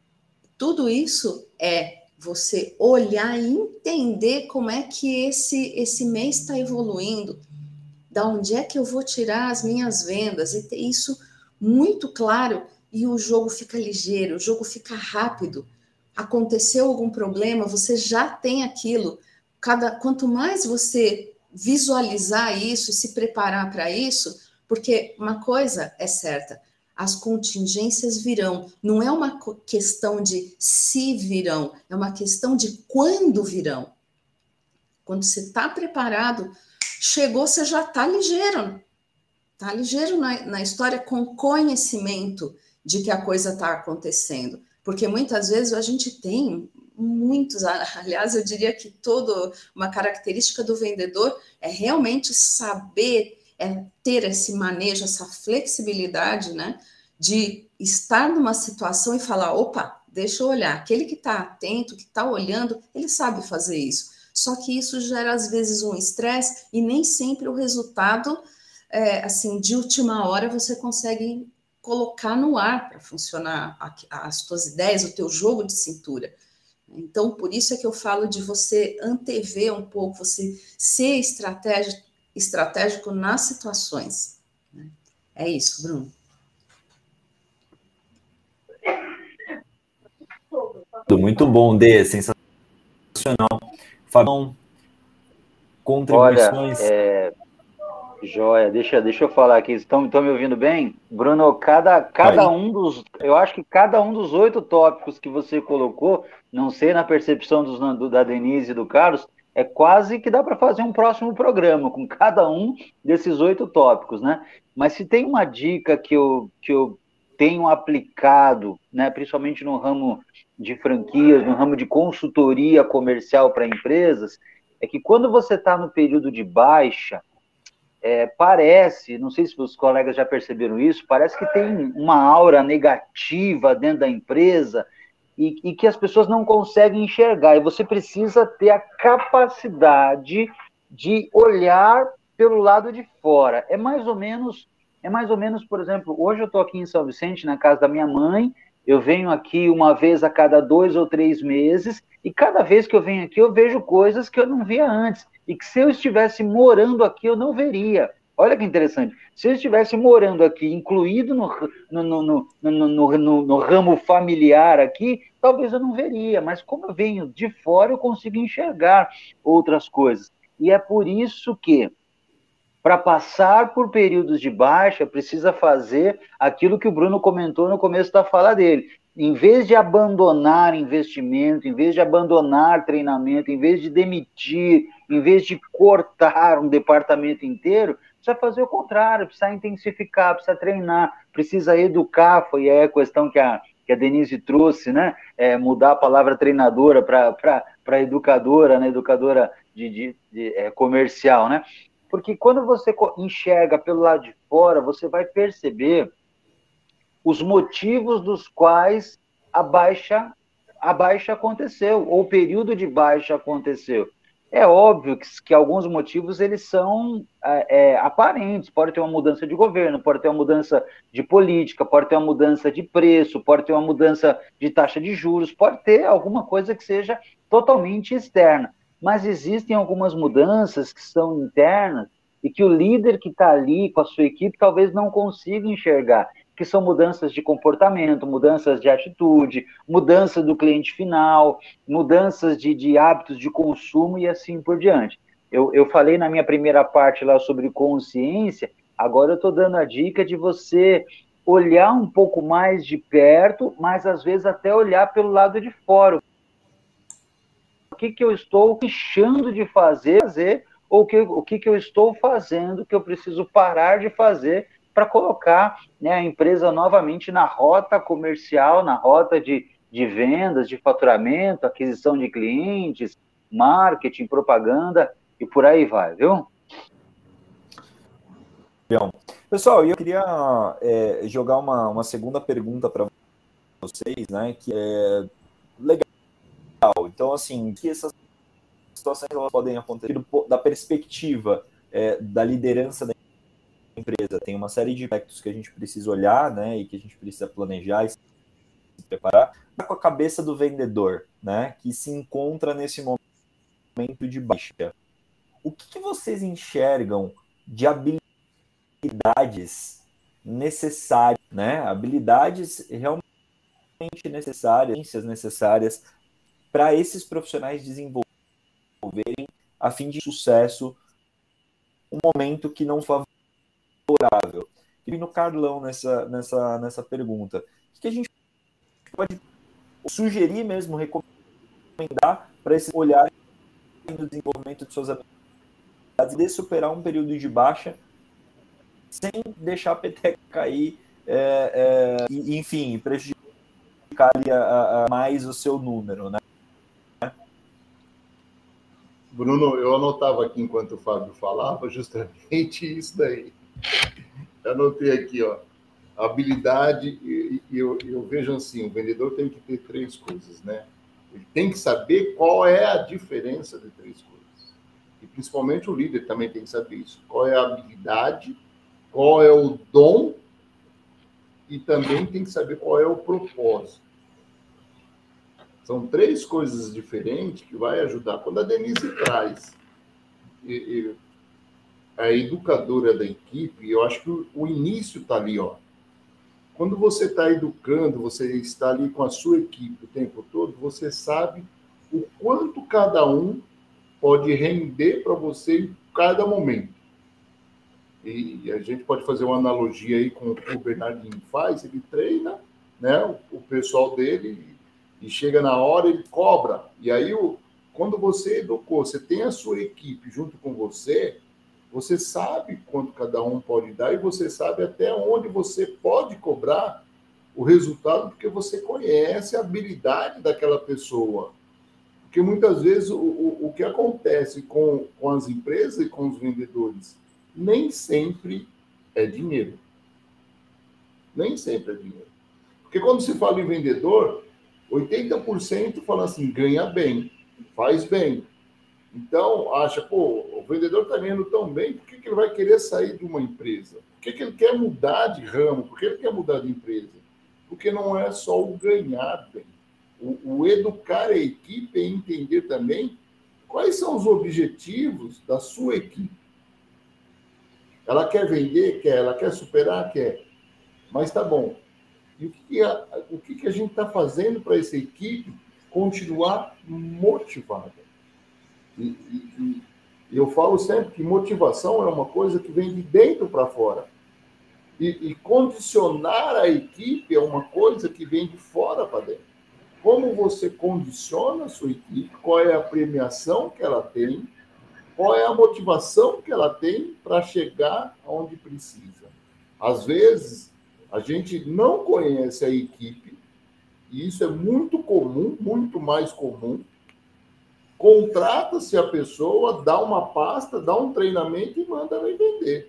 Tudo isso é você olhar e entender como é que esse, esse mês está evoluindo, da onde é que eu vou tirar as minhas vendas, e ter isso muito claro, e o jogo fica ligeiro, o jogo fica rápido. Aconteceu algum problema, você já tem aquilo. Cada, quanto mais você visualizar isso e se preparar para isso, porque uma coisa é certa, as contingências virão. Não é uma questão de se virão, é uma questão de quando virão. Quando você está preparado, chegou, você já está ligeiro. Está ligeiro na, na história com conhecimento de que a coisa está acontecendo. Porque muitas vezes a gente tem muitos, aliás, eu diria que toda uma característica do vendedor é realmente saber, é ter esse manejo, essa flexibilidade, né, de estar numa situação e falar, opa, deixa eu olhar, aquele que está atento, que está olhando, ele sabe fazer isso. Só que isso gera, às vezes, um estresse e nem sempre o resultado, é, assim, de última hora você consegue colocar no ar para funcionar as tuas ideias, o teu jogo de cintura. Então, por isso é que eu falo de você antever um pouco, você ser estratégico, estratégico nas situações. É isso, Bruno. Muito bom, Dê, sensacional. Fabão, contribuições. Olha, é... Joia, deixa, deixa eu falar aqui, estão, estão me ouvindo bem? Bruno, cada, cada um dos, eu acho que cada um dos oito tópicos que você colocou, não sei na percepção dos, do, da Denise e do Carlos, é quase que dá para fazer um próximo programa com cada um desses oito tópicos, né? Mas se tem uma dica que eu, que eu tenho aplicado, né, principalmente no ramo de franquias, no ramo de consultoria comercial para empresas, é que quando você está no período de baixa, É, parece, não sei se os colegas já perceberam isso, parece que tem uma aura negativa dentro da empresa e, e que as pessoas não conseguem enxergar. E você precisa ter a capacidade de olhar pelo lado de fora. É mais ou menos, é mais ou menos, por exemplo, hoje eu estou aqui em São Vicente, na casa da minha mãe, Eu venho aqui uma vez a cada dois ou três meses, e cada vez que eu venho aqui eu vejo coisas que eu não via antes, e que se eu estivesse morando aqui eu não veria. Olha que interessante. Se eu estivesse morando aqui, incluído no, no, no, no, no, no, no ramo familiar aqui, talvez eu não veria, mas como eu venho de fora, eu consigo enxergar outras coisas. E é por isso que, para passar por períodos de baixa, precisa fazer aquilo que o Bruno comentou no começo da fala dele. Em vez de abandonar investimento, em vez de abandonar treinamento, em vez de demitir, em vez de cortar um departamento inteiro, precisa fazer o contrário, precisa intensificar, precisa treinar, precisa educar, foi aí a questão que a, que a Denise trouxe, né? É, mudar a palavra treinadora para educadora, né? Educadora de, de, de é, comercial, né? Porque quando você enxerga pelo lado de fora, você vai perceber os motivos dos quais a baixa, a baixa aconteceu, ou o período de baixa aconteceu. É óbvio que, que alguns motivos eles são é, aparentes, pode ter uma mudança de governo, pode ter uma mudança de política, pode ter uma mudança de preço, pode ter uma mudança de taxa de juros, pode ter alguma coisa que seja totalmente externa. Mas existem algumas mudanças que são internas e que o líder que está ali com a sua equipe talvez não consiga enxergar, que são mudanças de comportamento, mudanças de atitude, mudança do cliente final, mudanças de, de hábitos de consumo e assim por diante. Eu, eu falei na minha primeira parte lá sobre consciência, agora eu estou dando a dica de você olhar um pouco mais de perto, mas às vezes até olhar pelo lado de fora. O que, que eu estou deixando de fazer, fazer ou o que, o que, que eu estou fazendo que eu preciso parar de fazer para colocar, né, a empresa novamente na rota comercial, na rota de, de vendas, de faturamento, aquisição de clientes, marketing, propaganda e por aí vai, viu? Pessoal, eu queria é, jogar uma, uma segunda pergunta para vocês, né, que é legal. Então, assim, que essas situações elas podem acontecer da perspectiva é, da liderança da empresa. Tem uma série de aspectos que a gente precisa olhar, né, e que a gente precisa planejar e se preparar. Com a cabeça do vendedor, né, que se encontra nesse momento de baixa. O que, que vocês enxergam de habilidades necessárias, né, habilidades realmente necessárias, necessárias para esses profissionais desenvolverem a fim de sucesso um momento que não favorável? E no Carlão nessa, nessa, nessa pergunta, o que a gente pode sugerir mesmo, recomendar para esse olhar no desenvolvimento de suas habilidades e de superar um período de baixa sem deixar a peteca cair é, é, e, enfim, prejudicar ali a, a mais o seu número, né? Bruno, eu anotava aqui enquanto o Fábio falava justamente isso daí. Eu anotei aqui, ó, habilidade, e, e eu, eu vejo assim, o vendedor tem que ter três coisas, né? Ele tem que saber qual é a diferença de três coisas. E principalmente o líder também tem que saber isso. Qual é a habilidade, qual é o dom, e também tem que saber qual é o propósito. São três coisas diferentes que vai ajudar. Quando a Denise traz e, e a educadora da equipe, eu acho que o, o início está ali, ó. Quando você está educando, você está ali com a sua equipe o tempo todo, você sabe o quanto cada um pode render para você em cada momento. E a gente pode fazer uma analogia aí com o que o Bernardinho faz, ele treina, né, o, o pessoal dele, e chega na hora, ele cobra. E aí, o, quando você educou, você tem a sua equipe junto com você, você sabe quanto cada um pode dar e você sabe até onde você pode cobrar o resultado, porque você conhece a habilidade daquela pessoa. Porque muitas vezes o, o, o que acontece com, com as empresas e com os vendedores nem sempre é dinheiro. Nem sempre é dinheiro. Porque quando se fala em vendedor, oitenta por cento fala assim, ganha bem, faz bem. Então, acha, pô, o vendedor está ganhando tão bem, por que, que ele vai querer sair de uma empresa? Por que, que ele quer mudar de ramo? Por que ele quer mudar de empresa? porque não é só o ganhar bem. O, o educar a equipe é entender também quais são os objetivos da sua equipe. Ela quer vender? Quer. Ela quer superar? Quer. Mas tá bom. E o que, a, o que a gente está fazendo para essa equipe continuar motivada? E, e, e eu falo sempre que motivação é uma coisa que vem de dentro para fora. E, e condicionar a equipe é uma coisa que vem de fora para dentro. Como você condiciona a sua equipe, qual é a premiação que ela tem, qual é a motivação que ela tem para chegar onde precisa. Às vezes, a gente não conhece a equipe, e isso é muito comum, muito mais comum. Contrata-se a pessoa, dá uma pasta, dá um treinamento e manda ela vender.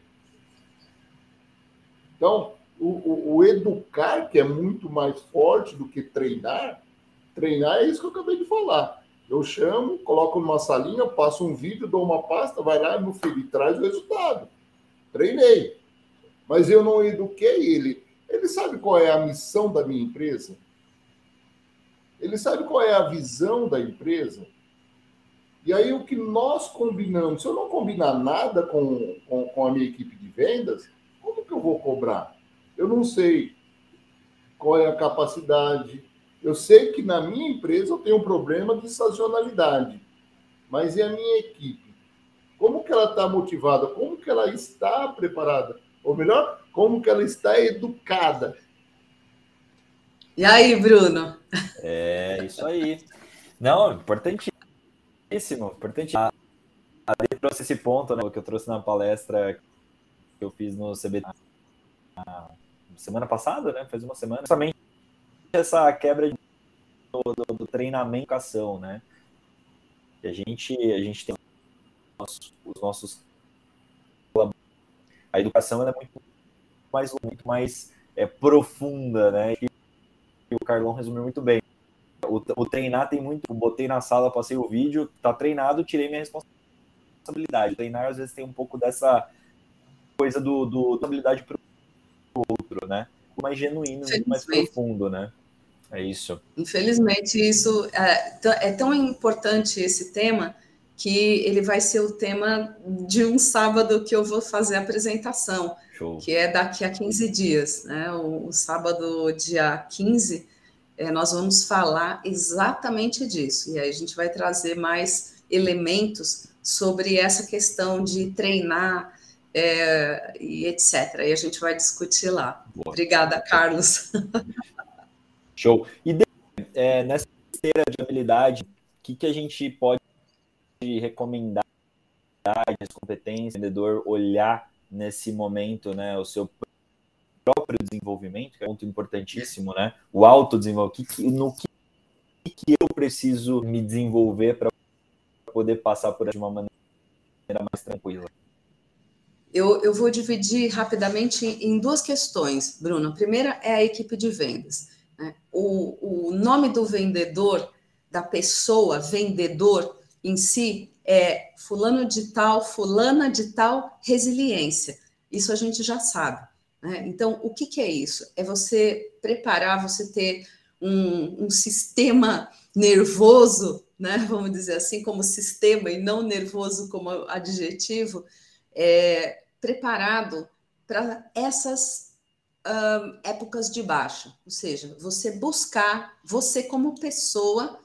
Então, o, o, o educar, que é muito mais forte do que treinar, treinar é isso que eu acabei de falar. Eu chamo, coloco numa salinha, passo um vídeo, dou uma pasta, vai lá, meu filho, e traz o resultado. Treinei. Mas eu não eduquei ele. Ele sabe qual é a missão da minha empresa? Ele sabe qual é a visão da empresa? E aí o que nós combinamos, se eu não combinar nada com, com, com a minha equipe de vendas, como que eu vou cobrar? Eu não sei qual é a capacidade. Eu sei que na minha empresa eu tenho um problema de sazonalidade. Mas e a minha equipe? Como que ela está motivada? Como que ela está preparada? Ou melhor, como que ela está educada? E aí, Bruno? É, isso aí. Não, importantíssimo. Importantíssimo. A Adri trouxe esse ponto, né, que eu trouxe na palestra que eu fiz no C B T na semana passada, né? Faz uma semana. Justamente essa quebra do, do, do treinamento e educação, né? E a gente, a gente tem os, os nossos... A educação ela é muito mais, muito mais é, profunda, né? E o Carlão resumiu muito bem. O, o treinar tem muito... Eu botei na sala, passei o vídeo, tá treinado, tirei minha responsabilidade. O treinar, às vezes, tem um pouco dessa coisa do, do responsabilidade para o outro, né? Mais genuíno, muito mais profundo, né? É isso. Infelizmente, isso é, é tão importante esse tema que ele vai ser o tema de um sábado que eu vou fazer a apresentação, Show. Que é daqui a quinze dias, né? O, o sábado, dia quinze, é, nós vamos falar exatamente disso. E aí a gente vai trazer mais elementos sobre essa questão de treinar é, e etcétera. E a gente vai discutir lá. Boa. Obrigada, Carlos. Show. E de, é, nessa esteira de habilidade, o que, que a gente pode recomendar as competências, o vendedor olhar nesse momento, né, o seu próprio desenvolvimento, que é um ponto importantíssimo, né? O autodesenvolvimento. No que, que eu preciso me desenvolver para poder passar por de uma maneira mais tranquila? Eu, eu vou dividir rapidamente em duas questões, Bruno. A primeira é a equipe de vendas. Né? O, o nome do vendedor, da pessoa vendedor em si, é fulano de tal, fulana de tal, resiliência. Isso a gente já sabe. Né? Então, o que, que é isso? É você preparar, você ter um, um sistema nervoso, né? Vamos dizer assim, como sistema e não nervoso como adjetivo, é, preparado para essas uh, épocas de baixa. Ou seja, você buscar, você como pessoa,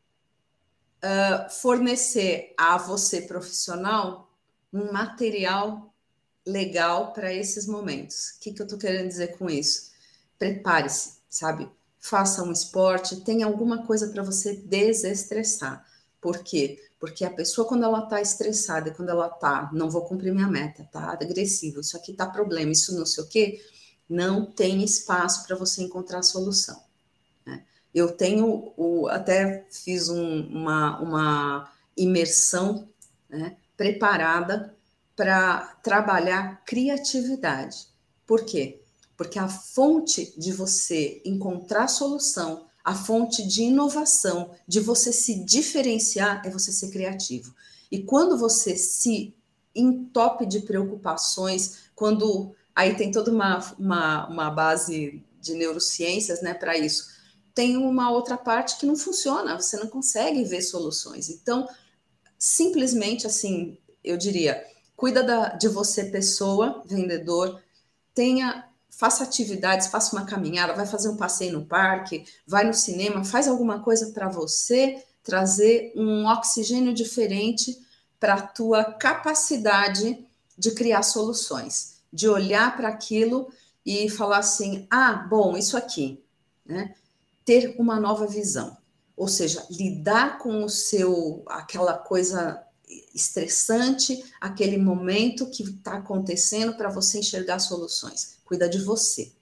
uh, fornecer a você profissional um material legal para esses momentos. O que, que eu estou querendo dizer com isso? Prepare-se, sabe? Faça um esporte, tenha alguma coisa para você desestressar. Por quê? Porque a pessoa, quando ela está estressada, quando ela está, não vou cumprir minha meta, tá agressivo, isso aqui tá problema, isso não sei o quê, não tem espaço para você encontrar a solução. Né? Eu tenho, o, até fiz um, uma, uma imersão, né, preparada para trabalhar criatividade. Por quê? Porque a fonte de você encontrar solução, a fonte de inovação, de você se diferenciar, é você ser criativo. E quando você se entope de preocupações, quando aí tem toda uma, uma, uma base de neurociências, né, para isso. Tem uma outra parte que não funciona, você não consegue ver soluções. Então, simplesmente assim, eu diria, cuida da, de você, pessoa, vendedor, tenha, faça atividades, faça uma caminhada, vai fazer um passeio no parque, vai no cinema, faz alguma coisa para você trazer um oxigênio diferente para a tua capacidade de criar soluções, de olhar para aquilo e falar assim, ah, bom, isso aqui, né? Ter uma nova visão, ou seja, lidar com o seu, aquela coisa estressante, aquele momento que está acontecendo para você enxergar soluções. Cuida de você.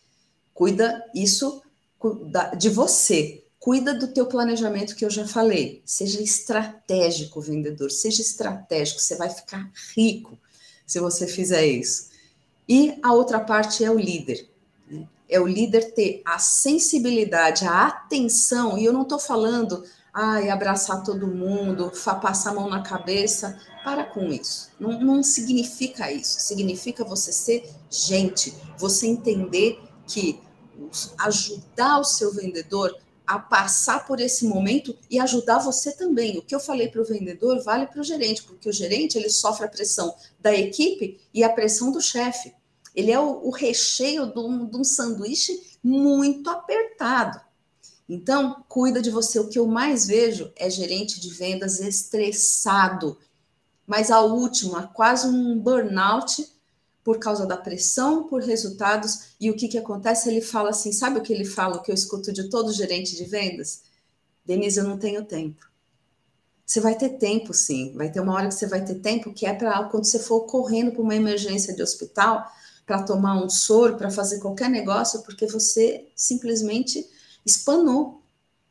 Cuida isso de você. Cuida do teu planejamento que eu já falei. Seja estratégico, vendedor. Seja estratégico. Você vai ficar rico se você fizer isso. E a outra parte é o líder. É o líder ter a sensibilidade, a atenção, e eu não estou falando, ai, abraçar todo mundo, passar a mão na cabeça, para com isso. Não, não significa isso. Significa você ser gente, você entender que ajudar o seu vendedor a passar por esse momento e ajudar você também. O que eu falei para o vendedor vale para o gerente, porque o gerente ele sofre a pressão da equipe e a pressão do chefe. Ele é o, o recheio de um, de um sanduíche muito apertado. Então, cuida de você. O que eu mais vejo é gerente de vendas estressado. Mas a última, quase um burnout por causa da pressão, por resultados. E o que, que acontece? Ele fala assim, sabe o que ele fala, o que eu escuto de todo gerente de vendas? Denise, eu não tenho tempo. Você vai ter tempo, sim. Vai ter uma hora que você vai ter tempo, que é para quando você for correndo para uma emergência de hospital, para tomar um soro, para fazer qualquer negócio, porque você simplesmente espanou.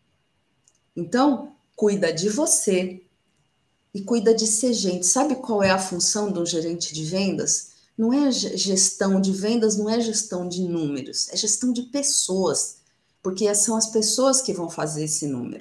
Então, cuida de você e cuida de ser gente. Sabe qual é a função de um gerente de vendas? Não é gestão de vendas, não é gestão de números, é gestão de pessoas, porque são as pessoas que vão fazer esse número.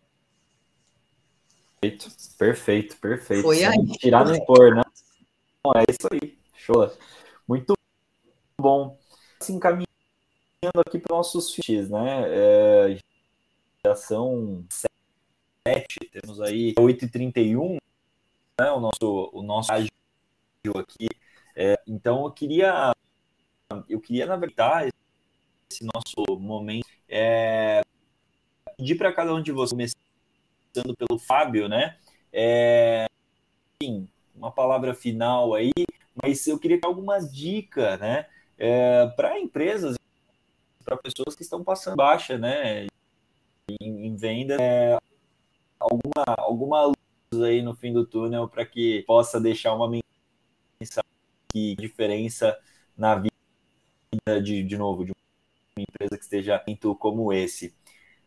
Perfeito, perfeito, perfeito. Foi Sem aí. tirar nem pôr, né? Não, é isso aí, show. Muito bom. Se encaminhando aqui para os nossos fiches, né? É, já são sete, temos aí oito e trinta e um, né? O nosso, o nosso ágil aqui. É, então, eu queria, eu queria, na verdade, esse nosso momento, é, pedir para cada um de vocês, começando pelo Fábio, né? É, enfim, uma palavra final aí, mas eu queria ter alguma dica, né? É, para empresas, para pessoas que estão passando baixa, né? Em, em venda, é, alguma, alguma luz aí no fim do túnel para que possa deixar uma mensagem que diferença na vida de, de novo, de uma empresa que esteja muito como esse.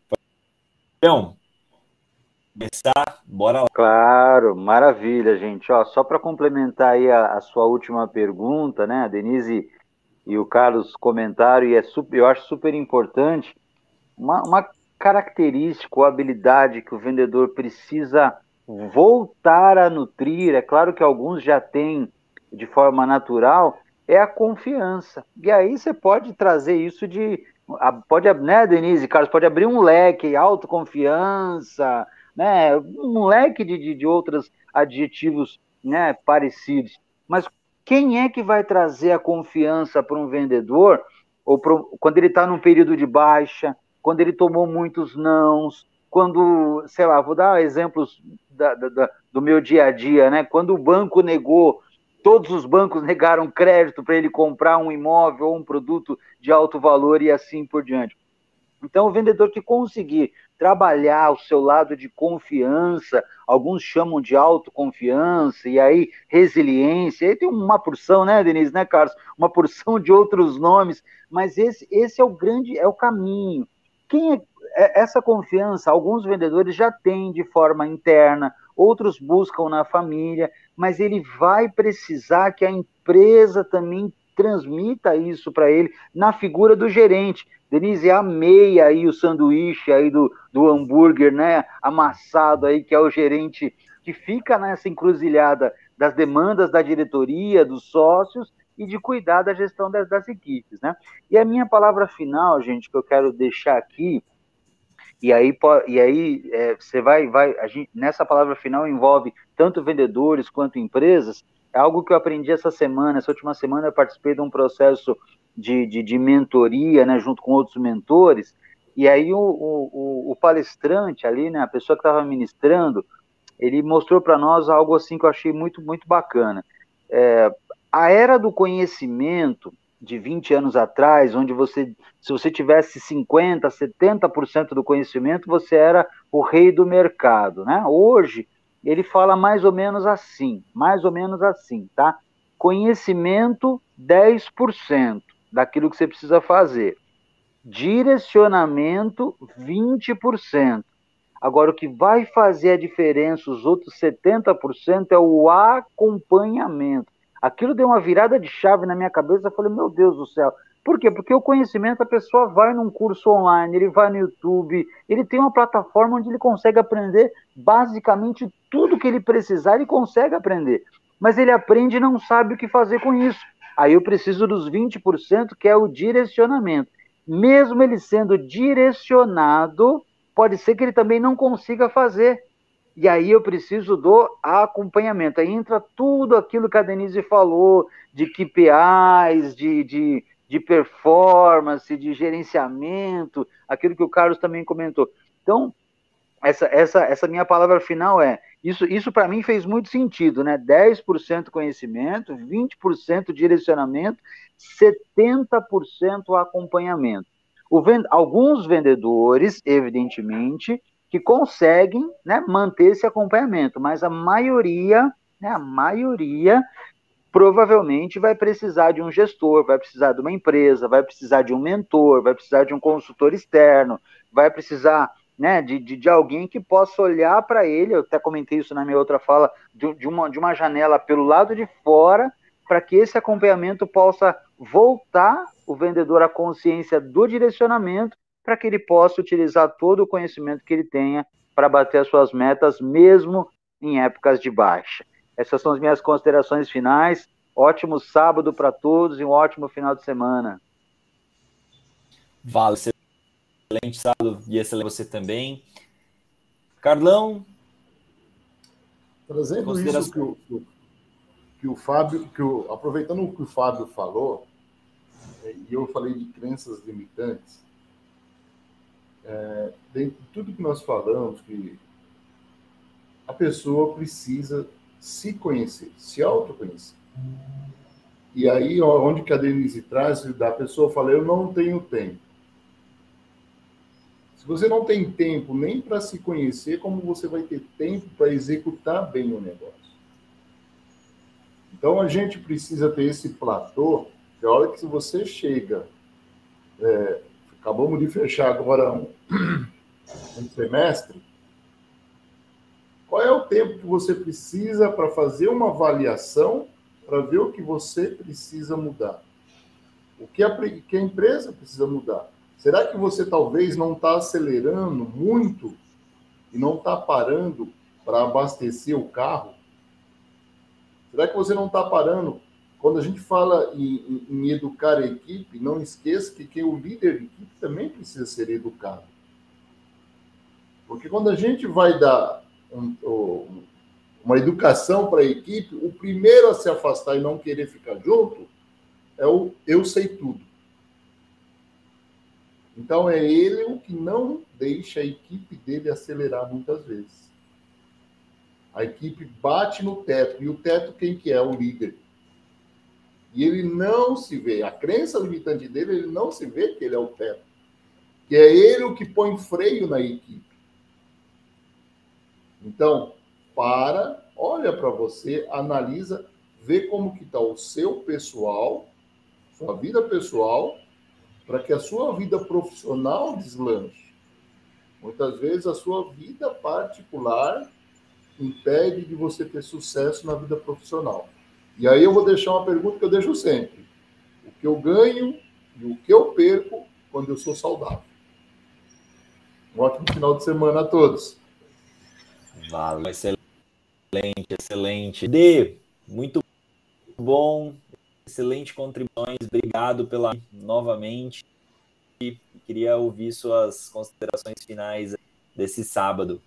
Então, começar, bora lá. Claro, maravilha, gente. Ó, só para complementar aí a, a sua última pergunta, né? A Denise e o Carlos comentaram, e é super, eu acho super importante, uma, uma característica ou habilidade que o vendedor precisa voltar a nutrir, é claro que alguns já têm de forma natural, é a confiança. E aí você pode trazer isso de, pode, né, Denise, Carlos, pode abrir um leque, autoconfiança, né, um leque de, de, de outros adjetivos, né, parecidos. Mas quem é que vai trazer a confiança para um vendedor, ou pro, quando ele está num período de baixa, quando ele tomou muitos nãos, quando, sei lá, vou dar exemplos da, da, do meu dia a dia, né? Quando o banco negou, todos os bancos negaram crédito para ele comprar um imóvel ou um produto de alto valor e assim por diante. Então, o vendedor que conseguir trabalhar o seu lado de confiança, alguns chamam de autoconfiança, e aí resiliência, aí tem uma porção, né, Denise, né, Carlos? Uma porção de outros nomes, mas esse, esse é o grande, é o caminho. Quem é, é essa confiança? Alguns vendedores já têm de forma interna, outros buscam na família, mas ele vai precisar que a empresa também transmita isso para ele na figura do gerente. Denise, amei aí o sanduíche aí do, do hambúrguer, né, amassado aí, que é o gerente que fica nessa encruzilhada das demandas da diretoria, dos sócios, e de cuidar da gestão das, das equipes, né? E a minha palavra final, gente, que eu quero deixar aqui, e aí, e aí é, você vai, vai a gente, nessa palavra final envolve tanto vendedores quanto empresas, é algo que eu aprendi essa semana, essa última semana eu participei de um processo de, de, de mentoria, né, junto com outros mentores, e aí o, o, o palestrante ali, né, a pessoa que estava ministrando, ele mostrou para nós algo assim que eu achei muito, muito bacana. É, a era do conhecimento de vinte anos atrás, onde você, se você tivesse cinquenta, setenta por cento do conhecimento, você era o rei do mercado, né? Hoje, ele fala mais ou menos assim, mais ou menos assim, tá? Conhecimento, dez por cento daquilo que você precisa fazer. Direcionamento, vinte por cento. Agora, o que vai fazer a diferença, os outros setenta por cento, é o acompanhamento. Aquilo deu uma virada de chave na minha cabeça, eu falei, meu Deus do céu. Por quê? Porque o conhecimento, a pessoa vai num curso online, ele vai no YouTube, ele tem uma plataforma onde ele consegue aprender basicamente tudo que ele precisar, ele consegue aprender. Mas ele aprende e não sabe o que fazer com isso. Aí eu preciso dos vinte por cento, que é o direcionamento. Mesmo ele sendo direcionado, pode ser que ele também não consiga fazer. E aí eu preciso do acompanhamento. Aí entra tudo aquilo que a Denise falou, de K P Is, de, de, de performance, de gerenciamento, aquilo que o Carlos também comentou. Então, essa, essa, essa minha palavra final é, isso, isso para mim fez muito sentido, né? dez por cento conhecimento, vinte por cento direcionamento, setenta por cento acompanhamento. O vend... Alguns vendedores, evidentemente, que conseguem, né, manter esse acompanhamento, mas a maioria, né, a maioria provavelmente vai precisar de um gestor, vai precisar de uma empresa, vai precisar de um mentor, vai precisar de um consultor externo, vai precisar, né, de, de, de alguém que possa olhar para ele, eu até comentei isso na minha outra fala, de, de, uma, de uma janela pelo lado de fora, para que esse acompanhamento possa voltar o vendedor à consciência do direcionamento, para que ele possa utilizar todo o conhecimento que ele tenha para bater as suas metas, mesmo em épocas de baixa. Essas são as minhas considerações finais. Ótimo sábado para todos e um ótimo final de semana. Vale, excelente sábado e excelente você também. Carlão? Trazendo isso que o, que o Fábio, que o, aproveitando o que o Fábio falou, e eu falei de crenças limitantes, é, dentro de tudo que nós falamos, que a pessoa precisa se conhecer, se autoconhecer. E aí, onde que a Denise traz, da pessoa fala, eu não tenho tempo. Se você não tem tempo nem para se conhecer, como você vai ter tempo para executar bem o negócio? Então, a gente precisa ter esse platô, que a hora que você chega, é, acabamos de fechar agora um, um semestre, qual é o tempo que você precisa para fazer uma avaliação, para ver o que você precisa mudar? O que a, que a empresa precisa mudar? Será que você talvez não está acelerando muito e não está parando para abastecer o carro? Será que você não está parando? Quando a gente fala em, em, em educar a equipe, não esqueça que quem é o líder de equipe também precisa ser educado. Porque quando a gente vai dar um, um, uma educação para a equipe, o primeiro a se afastar e não querer ficar junto é o eu sei tudo. Então, é ele o que não deixa a equipe dele acelerar muitas vezes. A equipe bate no teto. E o teto, quem que é? O líder. E ele não se vê. A crença limitante dele, ele não se vê que ele é o teto. Que é ele o que põe freio na equipe. Então, para, olha para você, analisa, vê como que está o seu pessoal, sua vida pessoal, para que a sua vida profissional deslanche. Muitas vezes a sua vida particular impede de você ter sucesso na vida profissional. E aí eu vou deixar uma pergunta que eu deixo sempre. O que eu ganho e o que eu perco quando eu sou saudável? Um ótimo final de semana a todos. Valeu, excelente, excelente. D, muito bom. excelentes contribuições, obrigado pela novamente. E queria ouvir suas considerações finais desse sábado.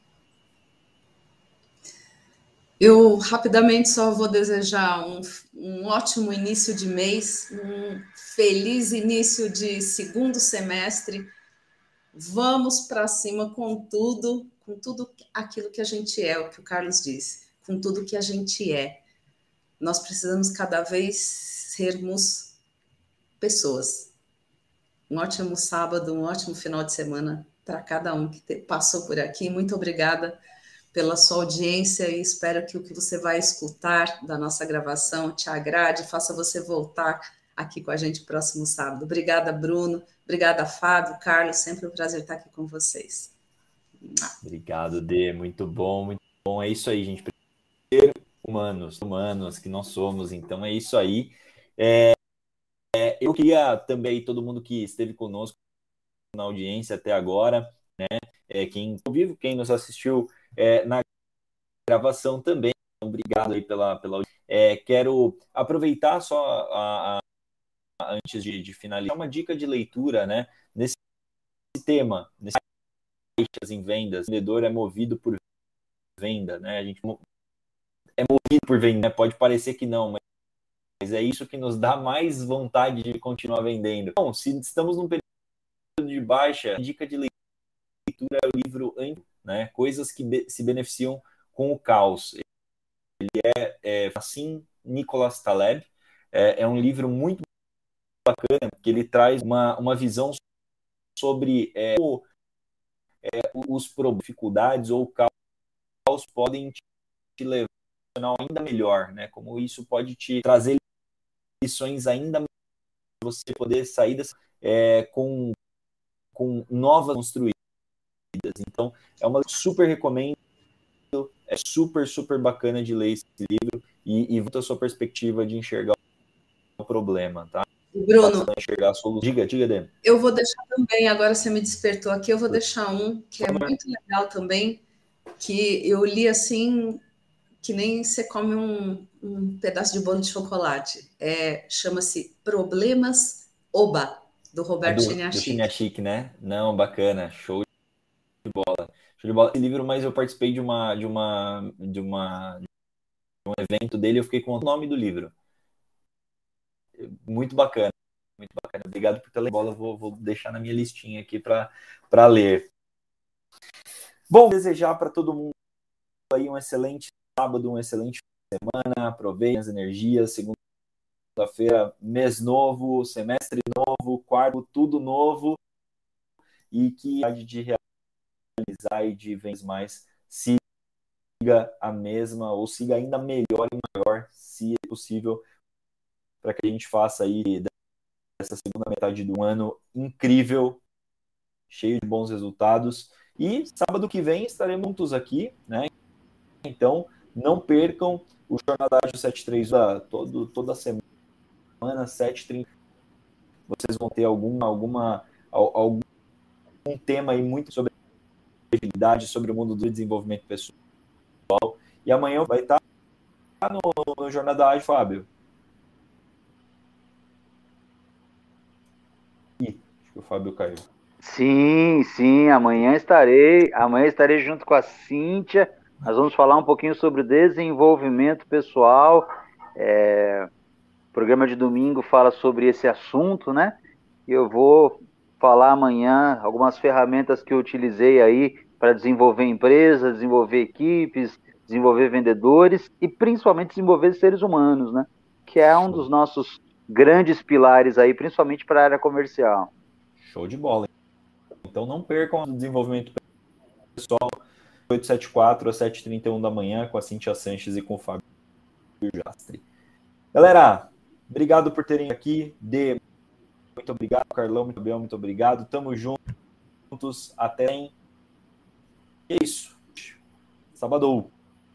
Eu rapidamente só vou desejar um, um ótimo início de mês, um feliz início de segundo semestre. Vamos para cima com tudo, com tudo aquilo que a gente é, o que o Carlos disse, com tudo que a gente é. Nós precisamos cada vez sermos pessoas. Um ótimo sábado, um ótimo final de semana para cada um que passou por aqui. Muito obrigada pela sua audiência e espero que o que você vai escutar da nossa gravação te agrade, faça você voltar aqui com a gente próximo sábado. Obrigada, Bruno. Obrigada, Fábio, Carlos. Sempre um prazer estar aqui com vocês. Obrigado, Dê. Muito bom, muito bom. É isso aí, gente. Ser humanos, humanos que nós somos. Então, é isso aí. É, é, eu queria também, todo mundo que esteve conosco na audiência até agora, né? É, quem ao vivo, quem nos assistiu é, na gravação também. Obrigado aí pela, pela é, quero aproveitar só a, a, antes de, de finalizar uma dica de leitura, né? Nesse tema, nesse baixas em vendas, o vendedor é movido por venda, né? A gente é movido por venda, né? Pode parecer que não, mas é isso que nos dá mais vontade de continuar vendendo. Bom, se estamos num período de baixa, a dica de leitura é o livro, né? Coisas que be- se beneficiam com o caos. Ele é, é assim, Nicholas Taleb. É, é um livro muito bacana, porque ele traz uma, uma visão sobre é, o, é, os problemas, dificuldades ou o caos podem te, te levar a um ainda melhor, né? Como isso pode te trazer lições ainda melhores, você poder sair dessa, é, com, com novas construídas. Então, é uma super recomendo, é super, super bacana de ler esse livro e, e volta a sua perspectiva de enxergar o problema, tá? Bruno, enxergar a solução. Diga, diga, Dê. Eu vou deixar também, agora você me despertou aqui, eu vou deixar um que é muito legal também, que eu li assim, que nem você come um, um pedaço de bolo de chocolate. É, chama-se Problemas Oba, do Roberto Chiniachik. Do Chiniachik, né? Não, bacana, show de bola. Show de bola. Esse livro, mas eu participei de uma, de uma, de uma, de um evento dele, eu fiquei com o nome do livro. Muito bacana, muito bacana. Obrigado por ter lido. Bola, vou, vou deixar na minha listinha aqui para ler. Bom, desejar para todo mundo aí um excelente sábado, um excelente semana. Aproveitem as energias. Segunda-feira, mês novo, semestre novo, quarto, tudo novo. E que a de realizar e de vez mais siga a mesma ou siga ainda melhor e maior, se possível, para que a gente faça aí dessa segunda metade do ano incrível, cheio de bons resultados. E sábado que vem estaremos juntos aqui, né? Então, não percam o Jornada Ágil setenta e três todo, toda semana, sete e trinta. Vocês vão ter alguma, alguma, algum tema aí muito sobre agilidade, sobre o mundo do desenvolvimento pessoal. E amanhã vai estar no, no Jornada Ágil, Fábio. Ih, acho que o Fábio caiu. Sim, sim, amanhã estarei, amanhã estarei junto com a Cíntia. Nós vamos falar um pouquinho sobre desenvolvimento pessoal. É, o programa de domingo fala sobre esse assunto, né? E eu vou falar amanhã algumas ferramentas que eu utilizei aí para desenvolver empresas, desenvolver equipes, desenvolver vendedores e principalmente desenvolver seres humanos, né? Que é um dos nossos grandes pilares aí, principalmente para a área comercial. Show de bola. Então não percam o desenvolvimento pessoal, oito setenta e quatro às sete e trinta e um da manhã, com a Cíntia Sanches e com o Fábio Jastre. Galera, obrigado por terem aqui. Dê, muito obrigado. Carlão, muito bem, muito obrigado. Tamo juntos. Até em... É isso. Sábado.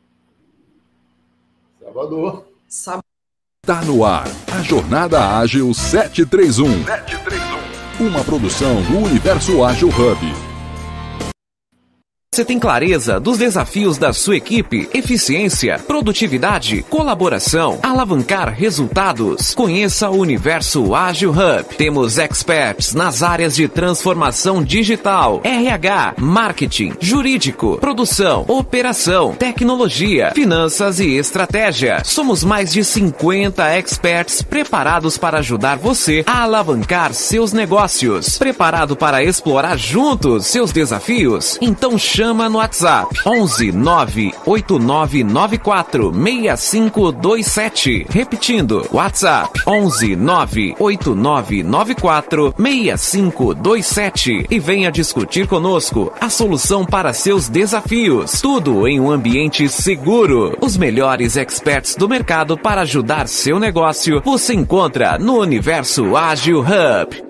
Sábado. Sábado. Tá no ar a Jornada Ágil sete três um. sete três um. Uma produção do Universo Ágil Hub. Você tem clareza dos desafios da sua equipe, eficiência, produtividade, colaboração, alavancar resultados. Conheça o Universo Ágil Hub. Temos experts nas áreas de transformação digital, R H, marketing, jurídico, produção, operação, tecnologia, finanças e estratégia. Somos mais de cinquenta experts preparados para ajudar você a alavancar seus negócios. Preparado para explorar juntos seus desafios? Então chama no WhatsApp onze nove oito nove nove quatro seis cinco dois sete. Repetindo, WhatsApp onze nove oito nove nove quatro seis cinco dois sete e venha discutir conosco a solução para seus desafios. Tudo em um ambiente seguro. Os melhores experts do mercado para ajudar seu negócio você encontra no Universo Ágil Hub.